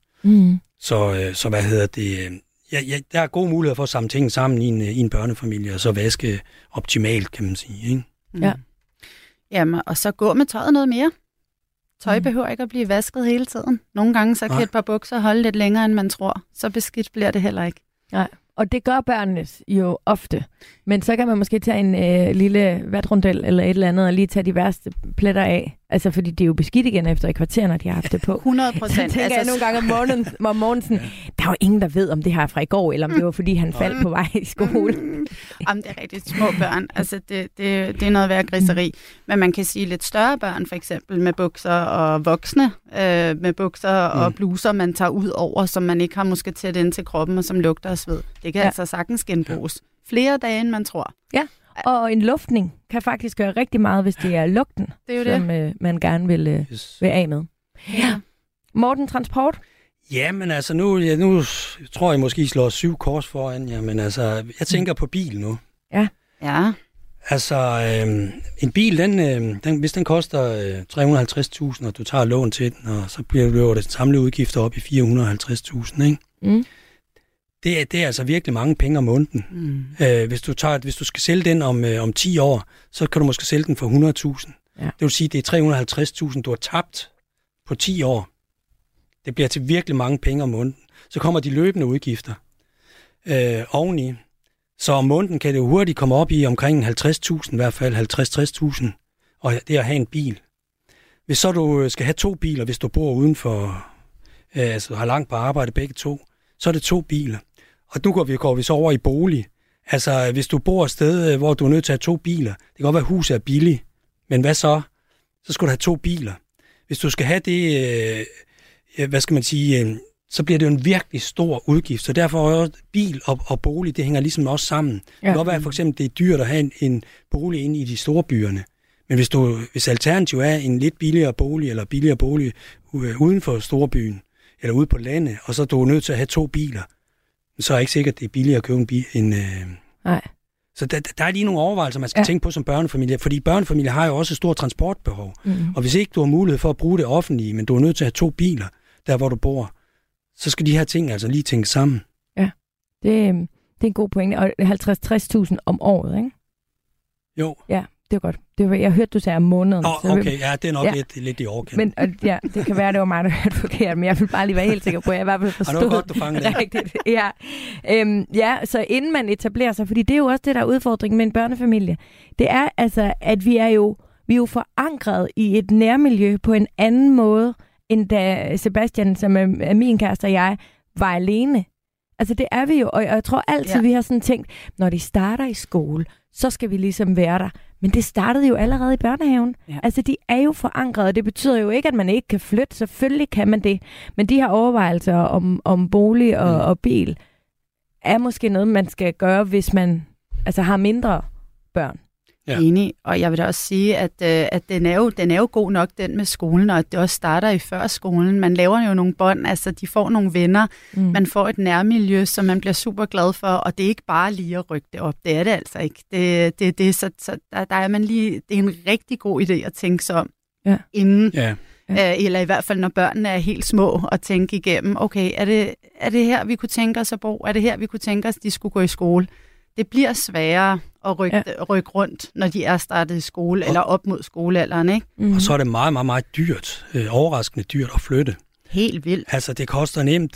Så hvad hedder det? Ja, der er gode muligheder for at samle ting sammen i en børnefamilie, og så vaske optimalt, kan man sige, ikke? Ja. Jamen, og så gå med tøjet noget mere. Tøj behøver ikke at blive vasket hele tiden. Nogle gange så kan et par bukser holde lidt længere, end man tror. Så beskidt bliver det heller ikke. Nej, og det gør børnene jo ofte. Men så kan man måske tage en lille vatrundel eller et eller andet, og lige tage de værste pletter af. Altså, fordi det er jo beskidt igen efter et kvarter, når de har haft det på. 100%. Så tænker jeg nogle gange om morgenen sådan, der er jo ingen, der ved, om det her er fra i går, eller om det var, fordi han faldt på vej i skole. Jamen, det er rigtig små børn. Altså, det er noget værd griseri. Men man kan sige lidt større børn, for eksempel med bukser, og voksne med bukser og bluser, man tager ud over, som man ikke har måske tæt ind til kroppen, og som lugter af sved. Det kan altså sagtens genbruges. Flere dage, end man tror. Ja, og en luftning kan faktisk gøre rigtig meget, hvis det er lugten, det er jo som man gerne vil af med. Ja. Morten, transport? Ja, men altså nu tror jeg måske, I slår 7 kors foran jer, men altså, jeg tænker på bil nu. Ja. Altså, en bil, den, hvis den koster 350.000, og du tager lån til den, og så bliver det samlede udgifter op i 450.000, ikke? Det er altså virkelig mange penge om måneden. Hvis du skal sælge den om 10 år, så kan du måske sælge den for 100.000. Ja. Det vil sige, det er 350.000, du har tabt på 10 år. Det bliver til virkelig mange penge om måneden. Så kommer de løbende udgifter oveni. Så om måneden kan det jo hurtigt komme op i omkring 50.000, i hvert fald 50-60.000, og det er at have en bil. Hvis så du skal have 2 biler, hvis du bor udenfor, altså har langt på arbejde begge to, så er det 2 biler. Og nu går vi så over i bolig. Altså, hvis du bor et sted, hvor du er nødt til at have 2 biler, det kan godt være, at huset er billigt, men hvad så? Så skal du have 2 biler. Hvis du skal have det, så bliver det jo en virkelig stor udgift. Så derfor er også bil og bolig, det hænger ligesom også sammen. Det kan godt være, for eksempel, det er dyrt at have en bolig inde i de store byerne. Men hvis alternativet er en lidt billigere bolig, eller billigere bolig uden for storbyen, eller ude på landet, og så er du nødt til at have 2 biler, så er det ikke sikkert, at det er billigere at købe en Nej. Så der er lige nogle overvejelser, man skal tænke på som børnefamilie, fordi børnefamilier har jo også et stort transportbehov. Og hvis ikke du har mulighed for at bruge det offentlige, men du er nødt til at have 2 biler, der hvor du bor, så skal de her ting altså lige tænke sammen. Ja, det er en god pointe. Og 50-60.000 om året, ikke? Jo. Ja, det er godt. Jeg hørte, du sagde om måneden. Okay, ja, det er nok lidt i overkant. Men ja, det kan være, det var mig, der hørte forkert, men jeg vil bare lige være helt sikker på, at jeg i hvert fald forstod det var godt, du fangede det. Rigtigt. Ja. Ja, så inden man etablerer sig, fordi det er jo også det, der er udfordringen med en børnefamilie, det er altså, at vi er jo forankret i et nærmiljø på en anden måde, end da Sebastian, som er min kæreste og jeg, var alene. Altså det er vi jo, og jeg tror altid, vi har sådan tænkt, når de starter i skole, så skal vi ligesom være der. Men det startede jo allerede i børnehaven. Ja. Altså de er jo forankret, og det betyder jo ikke, at man ikke kan flytte. Selvfølgelig kan man det. Men de her overvejelser om bolig og bil, er måske noget, man skal gøre, hvis man altså har mindre børn. Ja. Enig, og jeg vil da også sige, at den er jo god nok, den med skolen, og at det også starter i førskolen. Man laver jo nogle bånd, altså de får nogle venner, man får et nærmiljø, som man bliver super glad for, og det er ikke bare lige at rykke det op. Det er det altså ikke. Så der er man lige, det er en rigtig god idé at tænke sig om inden. Ja. Eller i hvert fald, når børnene er helt små, og tænke igennem, okay, er det her, vi kunne tænke os at bo? Er det her, vi kunne tænke os, de skulle gå i skole? Det bliver sværere at rykke rundt, når de er startet i skole, eller op mod skolealderen, ikke? Mm-hmm. Og så er det meget, meget, meget dyrt. Overraskende dyrt at flytte. Helt vildt. Altså, det koster nemt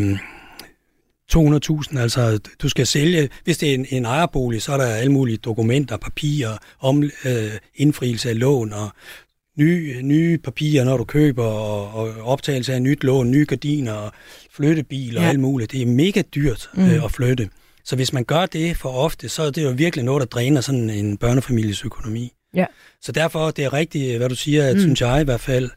200.000. Altså, du skal sælge. Hvis det er en ejerbolig, så er der alle mulige dokumenter, papirer, indfrielse af lån og nye papirer, når du køber, og optagelse af nyt lån, nye gardiner, flyttebil og alt muligt. Det er mega dyrt at flytte. Så hvis man gør det for ofte, så er det jo virkelig noget, der dræner sådan en børnefamilies økonomi. Ja. Så derfor, det er rigtigt, hvad du siger, synes jeg i hvert fald,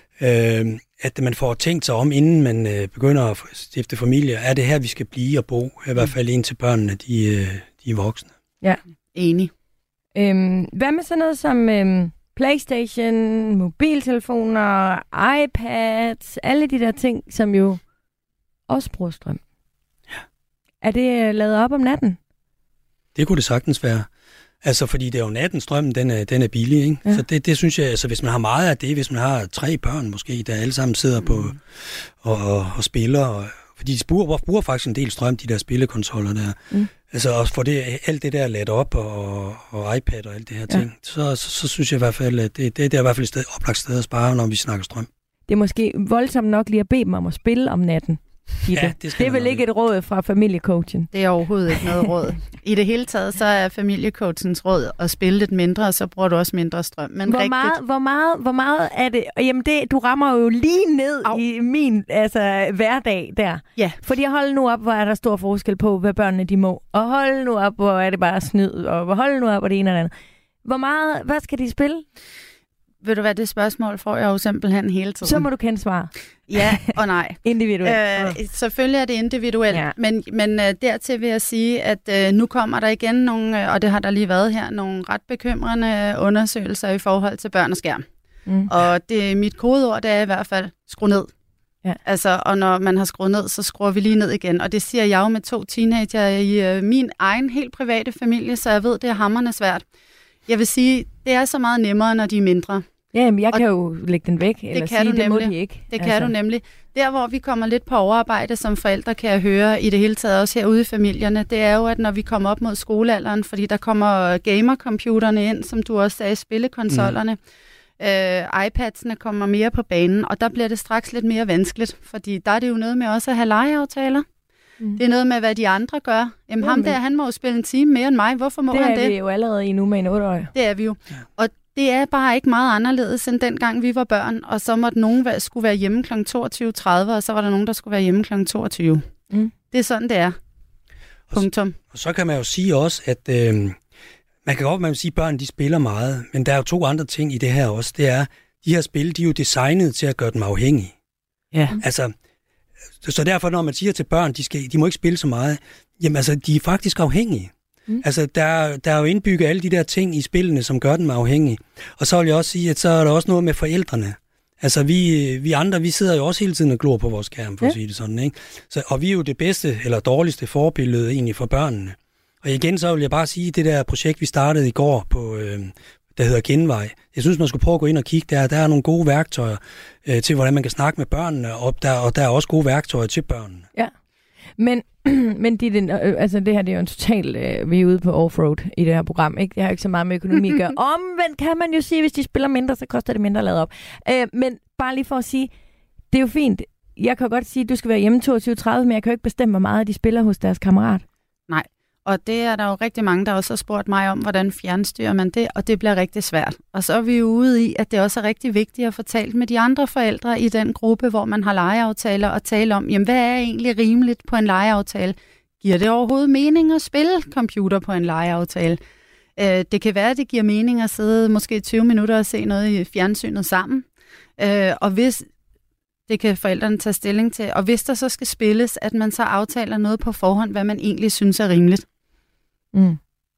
at man får tænkt sig om, inden man begynder at stifte familie. Er det her, vi skal blive og bo? I hvert fald indtil børnene, de er voksne. Ja, enig. Hvad med sådan noget som PlayStation, mobiltelefoner, iPads, alle de der ting, som jo også bruger strøm? Er det lavet op om natten? Det kunne det sagtens være. Altså, fordi det er jo natten, strømmen, den er billig, ikke? Ja. Så det synes jeg, altså hvis man har meget af det, hvis man har 3 børn måske, der alle sammen sidder på og spiller, fordi de bruger faktisk en del strøm, de der spillekonsoller der. Altså også for det, alt det der ladt op, og iPad og alt det her ting, så synes jeg i hvert fald, at det er i hvert fald et oplagt sted at spare, når vi snakker strøm. Det er måske voldsomt nok lige at bede dem om at spille om natten. Ja, det er vel ikke et råd fra familiecoachen? Det er overhovedet ikke noget råd. I det hele taget, så er familiecoachens råd at spille lidt mindre, og så bruger du også mindre strøm. Men hvor meget er det? Jamen du rammer jo lige ned i min hverdag der. Ja. Fordi hold nu op, hvor er der stor forskel på, hvad børnene de må. Og hold nu op, hvor er det bare snyd. Og hold nu op, hvor det ene og det andet. Hvad skal de spille? Ved du hvad, det spørgsmål får jeg jo simpelthen hele tiden. Så må du kende svar. Ja og nej. Individuelt. Selvfølgelig er det individuelt, men dertil vil jeg sige, at nu kommer der igen nogle, og det har der lige været her, nogle ret bekymrende undersøgelser i forhold til børn og skærm. Og mit kodeord, det er i hvert fald, skru ned. Ja. Altså, og når man har skruet ned, så skruer vi lige ned igen. Og det siger jeg jo med 2 teenager i min egen helt private familie, så jeg ved, det er hamrende svært. Jeg vil sige, det er så meget nemmere, når de er mindre. Ja, men jeg kan jo lægge den væk, eller sige, det må de ikke. Det kan du nemlig. Der, hvor vi kommer lidt på overarbejde som forældre, kan jeg høre i det hele taget også herude i familierne, det er jo, at når vi kommer op mod skolealderen, fordi der kommer gamercomputerne ind, som du også sagde, spillekonsollerne, iPads'ene kommer mere på banen, og der bliver det straks lidt mere vanskeligt, fordi der er det jo noget med også at have legeaftaler. Det er noget med, hvad de andre gør. Jamen ham der, han må jo spille en time mere end mig. Hvorfor må han det? Det er vi jo allerede i nu med en 8-årig. Det er vi jo. Ja. Og det er bare ikke meget anderledes, end dengang vi var børn. Og så måtte nogen skulle være hjemme kl. 22.30, og så var der nogen, der skulle være hjemme kl. 22. Det er sådan, det er. Punktum. Og så kan man jo sige også, at man kan sige, at børn de spiller meget. Men der er jo 2 andre ting i det her også. Det er, de her spil, de er jo designet til at gøre dem afhængige. Ja. Altså, så derfor, når man siger til børn, de må ikke spille så meget, jamen altså, de er faktisk afhængige. Altså, der er jo indbygget alle de der ting i spillene, som gør dem afhængige. Og så vil jeg også sige, at så er der også noget med forældrene. Altså, vi andre, vi sidder jo også hele tiden og glor på vores skærm, for at sige det sådan, ikke? Og vi er jo det bedste eller dårligste forbillede egentlig for børnene. Og igen, så vil jeg bare sige, det der projekt, vi startede i går der hedder Genvej. Jeg synes, man skulle prøve at gå ind og kigge der. Der er nogle gode værktøjer til, hvordan man kan snakke med børnene, og der er også gode værktøjer til børnene. Ja, men altså det her det er jo en total, vi er ude på offroad i det her program, ikke? Det har ikke så meget med økonomi at gøre. Omvendt kan man jo sige, hvis de spiller mindre, så koster det mindre at lade op. Men bare lige for at sige, det er jo fint. Jeg kan godt sige, at du skal være hjemme 22:30, men jeg kan jo ikke bestemme, hvor meget de spiller hos deres kammerat. Nej, og det er der jo rigtig mange, der også har spurgt mig om, hvordan fjernstyrer man det, og det bliver rigtig svært. Og så er vi jo ude i, at det også er rigtig vigtigt at få talt med de andre forældre i den gruppe, hvor man har legeaftaler, og tale om, jamen hvad er egentlig rimeligt på en legeaftale? Giver det overhovedet mening at spille computer på en legeaftale? Det kan være, at det giver mening at sidde måske 20 minutter og se noget i fjernsynet sammen. Og hvis det kan forældrene tage stilling til. Og hvis der så skal spilles, at man så aftaler noget på forhånd, hvad man egentlig synes er rimeligt. Mm.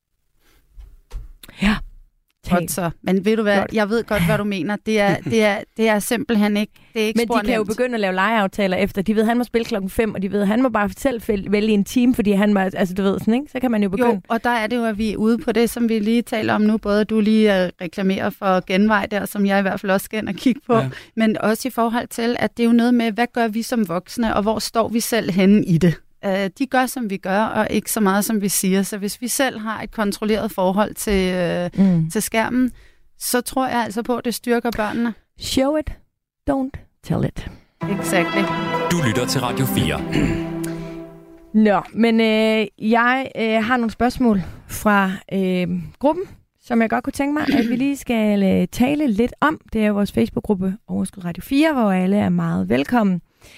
Ja. Godt så. Men ved du hvad, jeg ved godt, hvad du mener. Det er simpelthen ikke, det er ikke men de kan jo begynde at lave legeaftaler efter. De ved, at han må spille 5:00, og de ved, at han må bare selv vælge en time, fordi han må, altså du ved sådan, ikke? Så kan man jo begynde. Jo, og der er det jo, at vi er ude på det, som vi lige taler om nu. Både du lige reklamerer for Genvej der, som jeg i hvert fald også skal ind og kigge på. Ja. Men også i forhold til, at det er jo noget med, hvad gør vi som voksne, og hvor står vi selv henne i det? De gør, som vi gør, og ikke så meget, som vi siger. Så hvis vi selv har et kontrolleret forhold til skærmen, så tror jeg altså på, at det styrker børnene. Show it, don't tell it. Exactly. Du lytter til Radio 4. Nå, men jeg har nogle spørgsmål fra gruppen, som jeg godt kunne tænke mig, at vi lige skal tale lidt om. Det er vores Facebook-gruppe Overskud Radio 4, hvor alle er meget velkommen.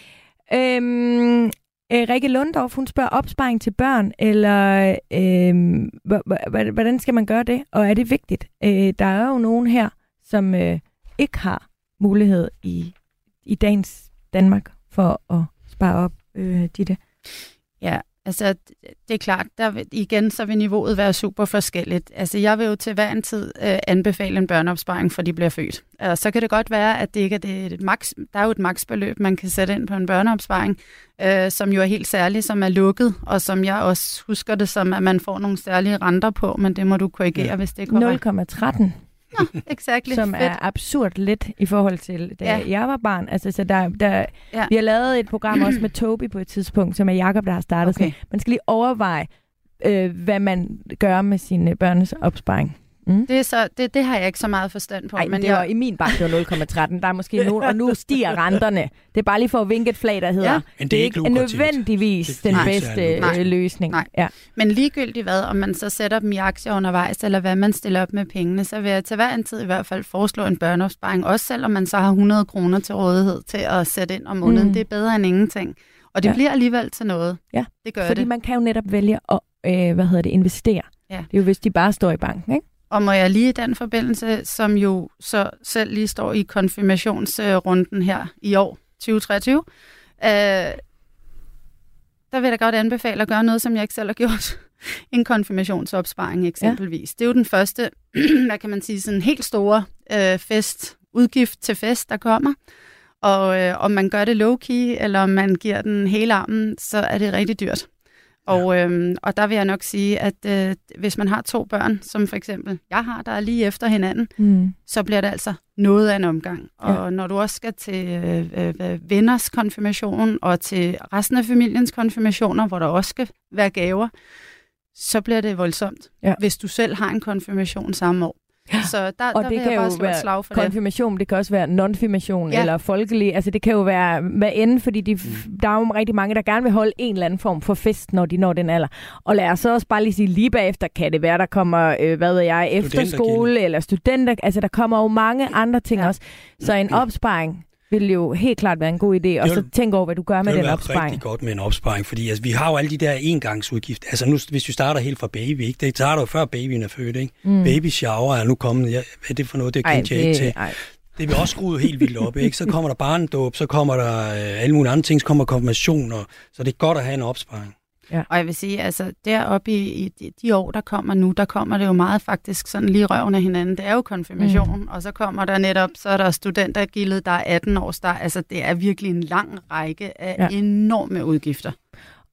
Rikke Lundorf, hun spørger opsparing til børn, eller hvordan skal man gøre det, og er det vigtigt? Der er jo nogen her, som ikke har mulighed i dagens Danmark for at spare op Ditte. Ja, altså det er klart, igen så vil niveauet være super forskelligt. Altså jeg vil jo til hver en tid anbefale en børneopsparing, for de bliver født. Så kan det godt være, at det ikke er det max. Der er jo et maksbeløb, man kan sætte ind på en børneopsparing, som jo er helt særlig, som er lukket, og som jeg også husker det som, at man får nogle særlige renter på, men det må du korrigere, hvis det kommer. 0,13. Nå, exactly. Som fedt. er absurd lidt i forhold til, da jeg var barn. Altså, så vi har lavet et program også med Toby på et tidspunkt, som er Jakob, der har startet. Okay. Man skal lige overveje, hvad man gør med sine børns opsparing. Mm. Det har jeg ikke så meget forstand på. Ej, men det var i min bank, det var 0,13. Der er måske nogen, og nu stiger renterne. Det er bare lige for at vinke et flag, der hedder. Ja. Men det er ikke nødvendigvis den bedste løsning. Nej. Ja. Men ligegyldigt hvad, om man så sætter dem i aktier undervejs, eller hvad man stiller op med pengene, så vil jeg til hver en tid i hvert fald foreslå en børneopsparing, også selvom man så har 100 kroner til rådighed til at sætte ind om måneden. Det er bedre end ingenting. Og det bliver alligevel til noget. Ja, det gør fordi man kan jo netop vælge at investere. Ja. Det er jo, hvis de bare står i banken, ikke? Og må jeg lige i den forbindelse, som jo så selv lige står i konfirmationsrunden her i år, 2023, der vil jeg da godt anbefale at gøre noget, som jeg ikke selv har gjort. En konfirmationsopsparing eksempelvis. Ja. Det er jo den første, hvad kan man sige, sådan helt store udgift til fest, der kommer. Og om man gør det low-key, eller om man giver den hele armen, så er det rigtig dyrt. Og der vil jeg nok sige, at hvis man har 2 børn, som for eksempel jeg har, der er lige efter hinanden, så bliver det altså noget af en omgang. Og når du også skal til venners konfirmation og til resten af familiens konfirmationer, hvor der også skal være gaver, så bliver det voldsomt, hvis du selv har en konfirmation samme år. Ja. Så der det kan jo være slag for konfirmation, det kan også være nonfirmation eller folkelig. Altså det kan jo være hvad end, fordi der er jo rigtig mange, der gerne vil holde en eller anden form for fest, når de når den alder. Og lad os så også bare lige sige, lige bagefter kan det være, der kommer, efterskole eller studenter. Altså der kommer jo mange andre ting også. Så en opsparing vil jo helt klart være en god idé, og så tænk over, hvad du gør med den opsparing. Det vil være rigtig godt med en opsparing, fordi altså, vi har jo alle de der engangsudgifter. Altså nu, hvis vi starter helt fra baby, ikke? Det starter jo før babyen er født, ikke? Baby shower er nu kommet. Hvad er det for noget? Det kendte jeg ikke til. Det vil også skruet helt vildt op, ikke? Så kommer der barnedåb, så kommer der alle mulige andre ting, så kommer konfirmationer, så det er godt at have en opsparing. Ja. Og jeg vil sige, altså deroppe i de år, der kommer nu, der kommer det jo meget faktisk sådan lige røven af hinanden. Det er jo konfirmation, og så kommer der netop, så er der studentergildet, der er 18 års, altså det er virkelig en lang række af enorme udgifter.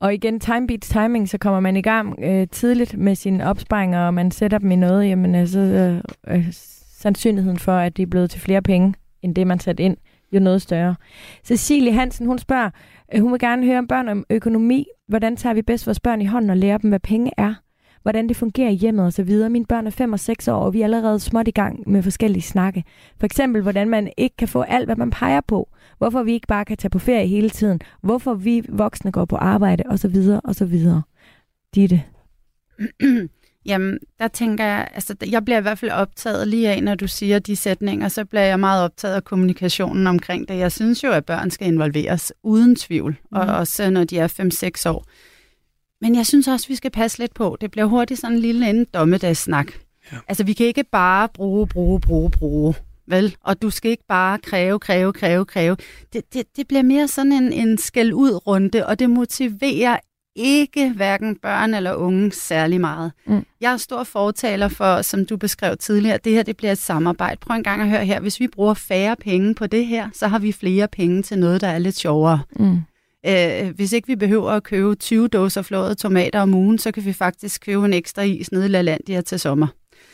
Og igen, time beats timing, så kommer man i gang tidligt med sine opsparinger, og man sætter dem i noget, jamen altså sandsynligheden for, at det er blevet til flere penge, end det man satte ind, jo noget større. Cecilie Hansen, hun spørger, hun vil gerne høre om børn om økonomi. Hvordan tager vi bedst vores børn i hånden og lærer dem, hvad penge er? Hvordan det fungerer i hjemmet og så videre. Mine børn er 5 og 6 år, og vi er allerede småt i gang med forskellige snakke. For eksempel, hvordan man ikke kan få alt, hvad man peger på. Hvorfor vi ikke bare kan tage på ferie hele tiden. Hvorfor vi voksne går på arbejde, og så videre, og så videre. Ditte. Jamen, der tænker jeg, altså jeg bliver i hvert fald optaget lige af, når du siger de sætninger, så bliver jeg meget optaget af kommunikationen omkring det. Jeg synes jo, at børn skal involveres uden tvivl, og også når de er 5-6 år. Men jeg synes også, vi skal passe lidt på. Det bliver hurtigt sådan en lille dommedagssnak. Ja. Altså, vi kan ikke bare bruge, vel? Og du skal ikke bare kræve. Det bliver mere sådan en skæld-ud-runde, og det motiverer ikke hverken børn eller unge særlig meget. Jeg er stor fortaler for, som du beskrev tidligere, at det her det bliver et samarbejde. Prøv en gang at høre her. Hvis vi bruger færre penge på det her, så har vi flere penge til noget, der er lidt sjovere. Hvis ikke vi behøver at købe 20 dåser flåede tomater om ugen, så kan vi faktisk købe en ekstra is nede i LaLandia til sommer.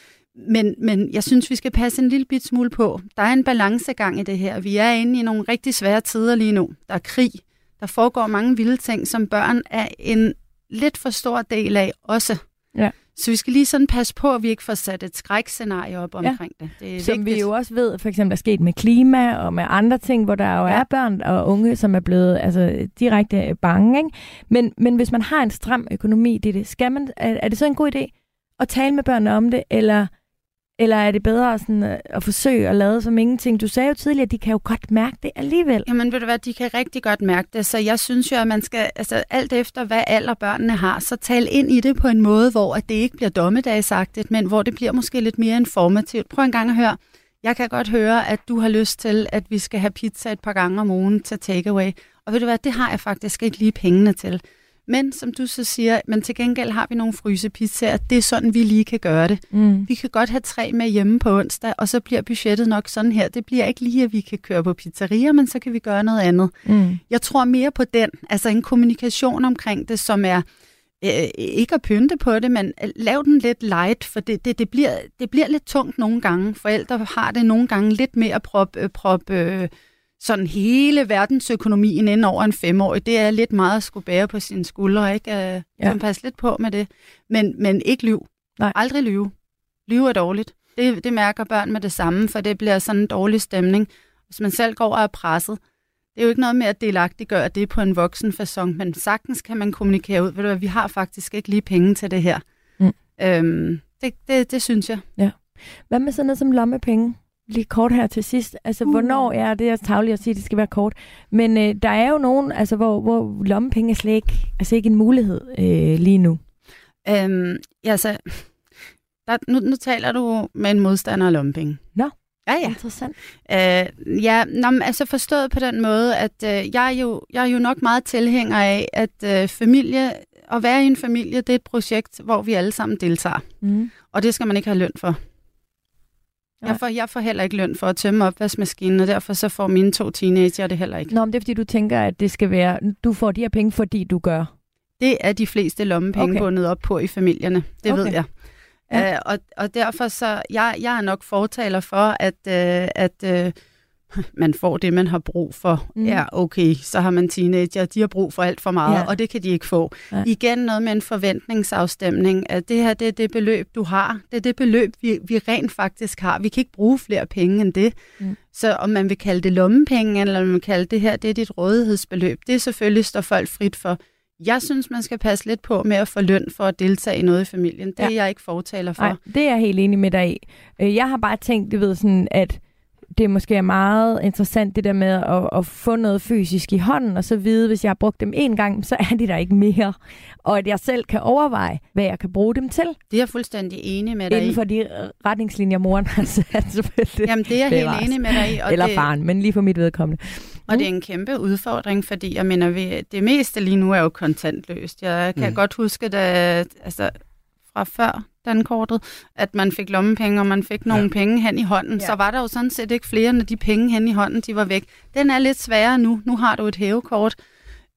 Men jeg synes, vi skal passe en lille bit smule på. Der er en balancegang i det her. Vi er inde i nogle rigtig svære tider lige nu. Der er krig. Der foregår mange vilde ting, som børn er en lidt for stor del af også. Ja. Så vi skal lige sådan passe på, at vi ikke får sat et skrækscenarie op omkring det. Det er som vigtigt. Vi jo også ved, for eksempel er sket med klima og med andre ting, hvor der jo er børn og unge, som er blevet direkte bange. Ikke? Men hvis man har en stram økonomi, er det så en god idé at tale med børnene om det, eller er det bedre sådan, at forsøge at lade som ingenting? Du sagde jo tidligere, at de kan jo godt mærke det alligevel. Jamen ved du hvad, de kan rigtig godt mærke det, så jeg synes jo, at man skal, altså alt efter hvad alder børnene har, så tale ind i det på en måde, hvor at det ikke bliver dommedagsagtigt, men hvor det bliver måske lidt mere informativt. Prøv en gang at høre. Jeg kan godt høre, at du har lyst til, at vi skal have pizza et par gange om ugen til takeaway. Og ved du hvad, det har jeg faktisk ikke lige pengene til. Men som du så siger, men til gengæld har vi nogle frysepizzaer. Det er sådan, vi lige kan gøre det. Vi kan godt have 3 med hjemme på onsdag, og så bliver budgettet nok sådan her. Det bliver ikke lige, at vi kan køre på pizzeria, men så kan vi gøre noget andet. Jeg tror mere på den, altså en kommunikation omkring det, som er ikke at pynte på det, men lav den lidt light, for det bliver lidt tungt nogle gange. Forældre har det nogle gange lidt med at proppe sådan hele verdensøkonomien ind over en 5-årig. Det er lidt meget at skulle bære på sine skuldre, ikke? Så pas lidt på med det. Men ikke lyv. Nej. Aldrig lyve. Lyve er dårligt. Det mærker børn med det samme, for det bliver sådan en dårlig stemning. Hvis man selv går og er presset, det er jo ikke noget med at delagtiggøre det på en voksen facon, men sagtens kan man kommunikere ud. Ved du hvad, vi har faktisk ikke lige penge til det her. Det synes jeg. Ja. Hvad med sådan noget som lommepenge? Lige kort her til sidst. Altså, hvornår er det, jeg tavlig at sige, at det skal være kort. Men der er jo nogen, altså, hvor lommepenge er slet ikke en mulighed lige nu. Nu taler du med en modstander af lommepenge. Nå, ja. Interessant. Altså forstået på den måde, at jeg er jo nok meget tilhænger af, at at være i en familie, det er et projekt, hvor vi alle sammen deltager. Og det skal man ikke have løn for. Jeg får heller ikke løn for at tømme opvaskemaskinen, og derfor så får mine 2 teenager det heller ikke. Nå, men det er fordi, du tænker, at det skal være, du får de her penge, fordi du gør. Det er de fleste lommepenge bundet op på i familierne. Det ved jeg. Ja. Og derfor så, jeg er nok fortaler for, at man får det, man har brug for. Ja, okay, så har man teenager, de har brug for alt for meget, og det kan de ikke få. Ja. Igen noget med en forventningsafstemning, at det her, det er det beløb, du har. Det er det beløb, vi rent faktisk har. Vi kan ikke bruge flere penge end det. Så om man vil kalde det lommepenge, eller om man vil kalde det her, det er dit rådighedsbeløb. Det selvfølgelig står folk frit for. Jeg synes, man skal passe lidt på med at få løn for at deltage i noget i familien. Det er jeg ikke fortaler for. Nej, det er jeg helt enig med dig i. Jeg har bare tænkt, at det måske er meget interessant, det der med at få noget fysisk i hånden, og så vide, hvis jeg har brugt dem 1 gang, så er de der ikke mere. Og at jeg selv kan overveje, hvad jeg kan bruge dem til. Det er jeg fuldstændig enig med dig i. Inden for de retningslinjer, moren har sat, selvfølgelig. Jamen, det er jeg helt enig med dig i. Eller faren, men lige for mit vedkommende. Og det er en kæmpe udfordring, fordi jeg mener, det meste lige nu er jo kontantløst. Jeg kan godt huske, fra før dankortet, at man fik lommepenge, og man fik nogle penge hen i hånden. Så var der jo sådan set ikke flere, når de penge hen i hånden, de var væk. Den er lidt sværere nu. Nu har du et hævekort.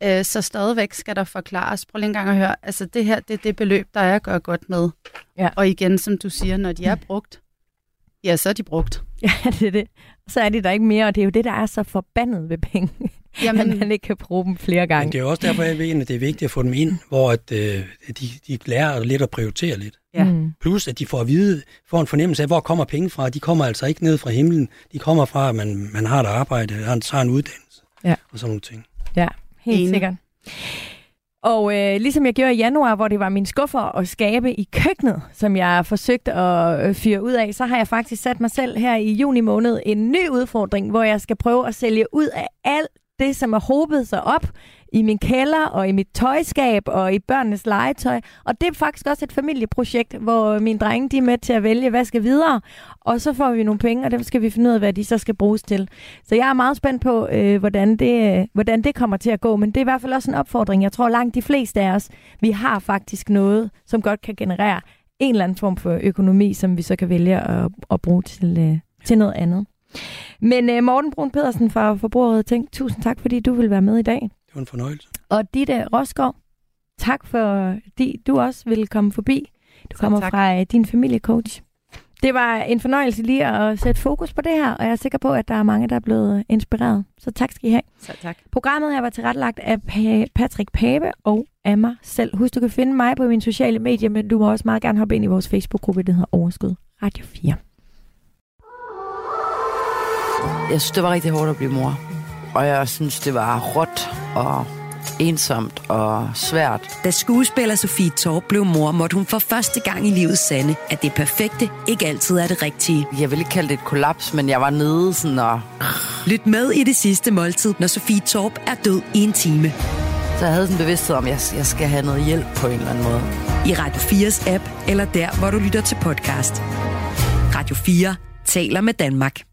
Så stadigvæk skal der forklares. Prøv lige en gang at høre, altså det her, det er det beløb, der er at gøre godt med. Ja. Og igen, som du siger, når de er brugt, ja, så er de brugt. Ja, det er det. Så er de der ikke mere, og det er jo det, der er så forbandet ved penge. Jamen, at man ikke kan bruge dem flere gange. Men det er også derfor, jeg ved, at det er vigtigt at få dem ind, hvor de lærer lidt at prioritere lidt. Ja. Plus, at de får en fornemmelse af, hvor kommer penge fra. De kommer altså ikke ned fra himlen. De kommer fra, at man har et arbejde, har en uddannelse og sådan nogle ting. Ja, helt sikkert. Og ligesom jeg gjorde i januar, hvor det var mine skuffer at skabe i køkkenet, som jeg forsøgte at fyre ud af, så har jeg faktisk sat mig selv her i juni måned en ny udfordring, hvor jeg skal prøve at sælge ud af alt det, som har hobet sig op i min kælder og i mit tøjskab og i børnenes legetøj. Og det er faktisk også et familieprojekt, hvor mine drenge de er med til at vælge, hvad skal videre. Og så får vi nogle penge, og dem skal vi finde ud af, hvad de så skal bruges til. Så jeg er meget spændt på, hvordan det kommer til at gå. Men det er i hvert fald også en opfordring. Jeg tror langt de fleste af os, vi har faktisk noget, som godt kan generere en eller anden form for økonomi, som vi så kan vælge at bruge til noget andet. Men Morten Brun Pedersen fra Forbrugerrådet Tænk, tusind tak, fordi du vil være med i dag. Det var en fornøjelse. Og Ditte Rosgaard, tak fordi du også ville komme forbi. Du kommer fra din familiecoach. Det var en fornøjelse lige at sætte fokus på det her, og jeg er sikker på, at der er mange, der er blevet inspireret. Så tak skal I have. Så tak. Programmet her var tilrettelagt af Patrick Pape og af mig selv. Husk, du kan finde mig på mine sociale medier, men du må også meget gerne hoppe ind i vores Facebook-gruppe, der hedder Overskud Radio 4. Jeg synes, det var rigtig hårdt at blive mor. Og jeg synes, det var råt og ensomt og svært. Da skuespiller Sofie Torp blev mor, måtte hun for første gang i livet sande, at det perfekte ikke altid er det rigtige. Jeg vil ikke kalde det et kollaps, men jeg var nede sådan og... Lyt med i Det Sidste Måltid, når Sofie Torp er død i en time. Så jeg havde sådan en bevidsthed om, at jeg skal have noget hjælp på en eller anden måde. I Radio 4's app, eller der, hvor du lytter til podcast. Radio 4 taler med Danmark.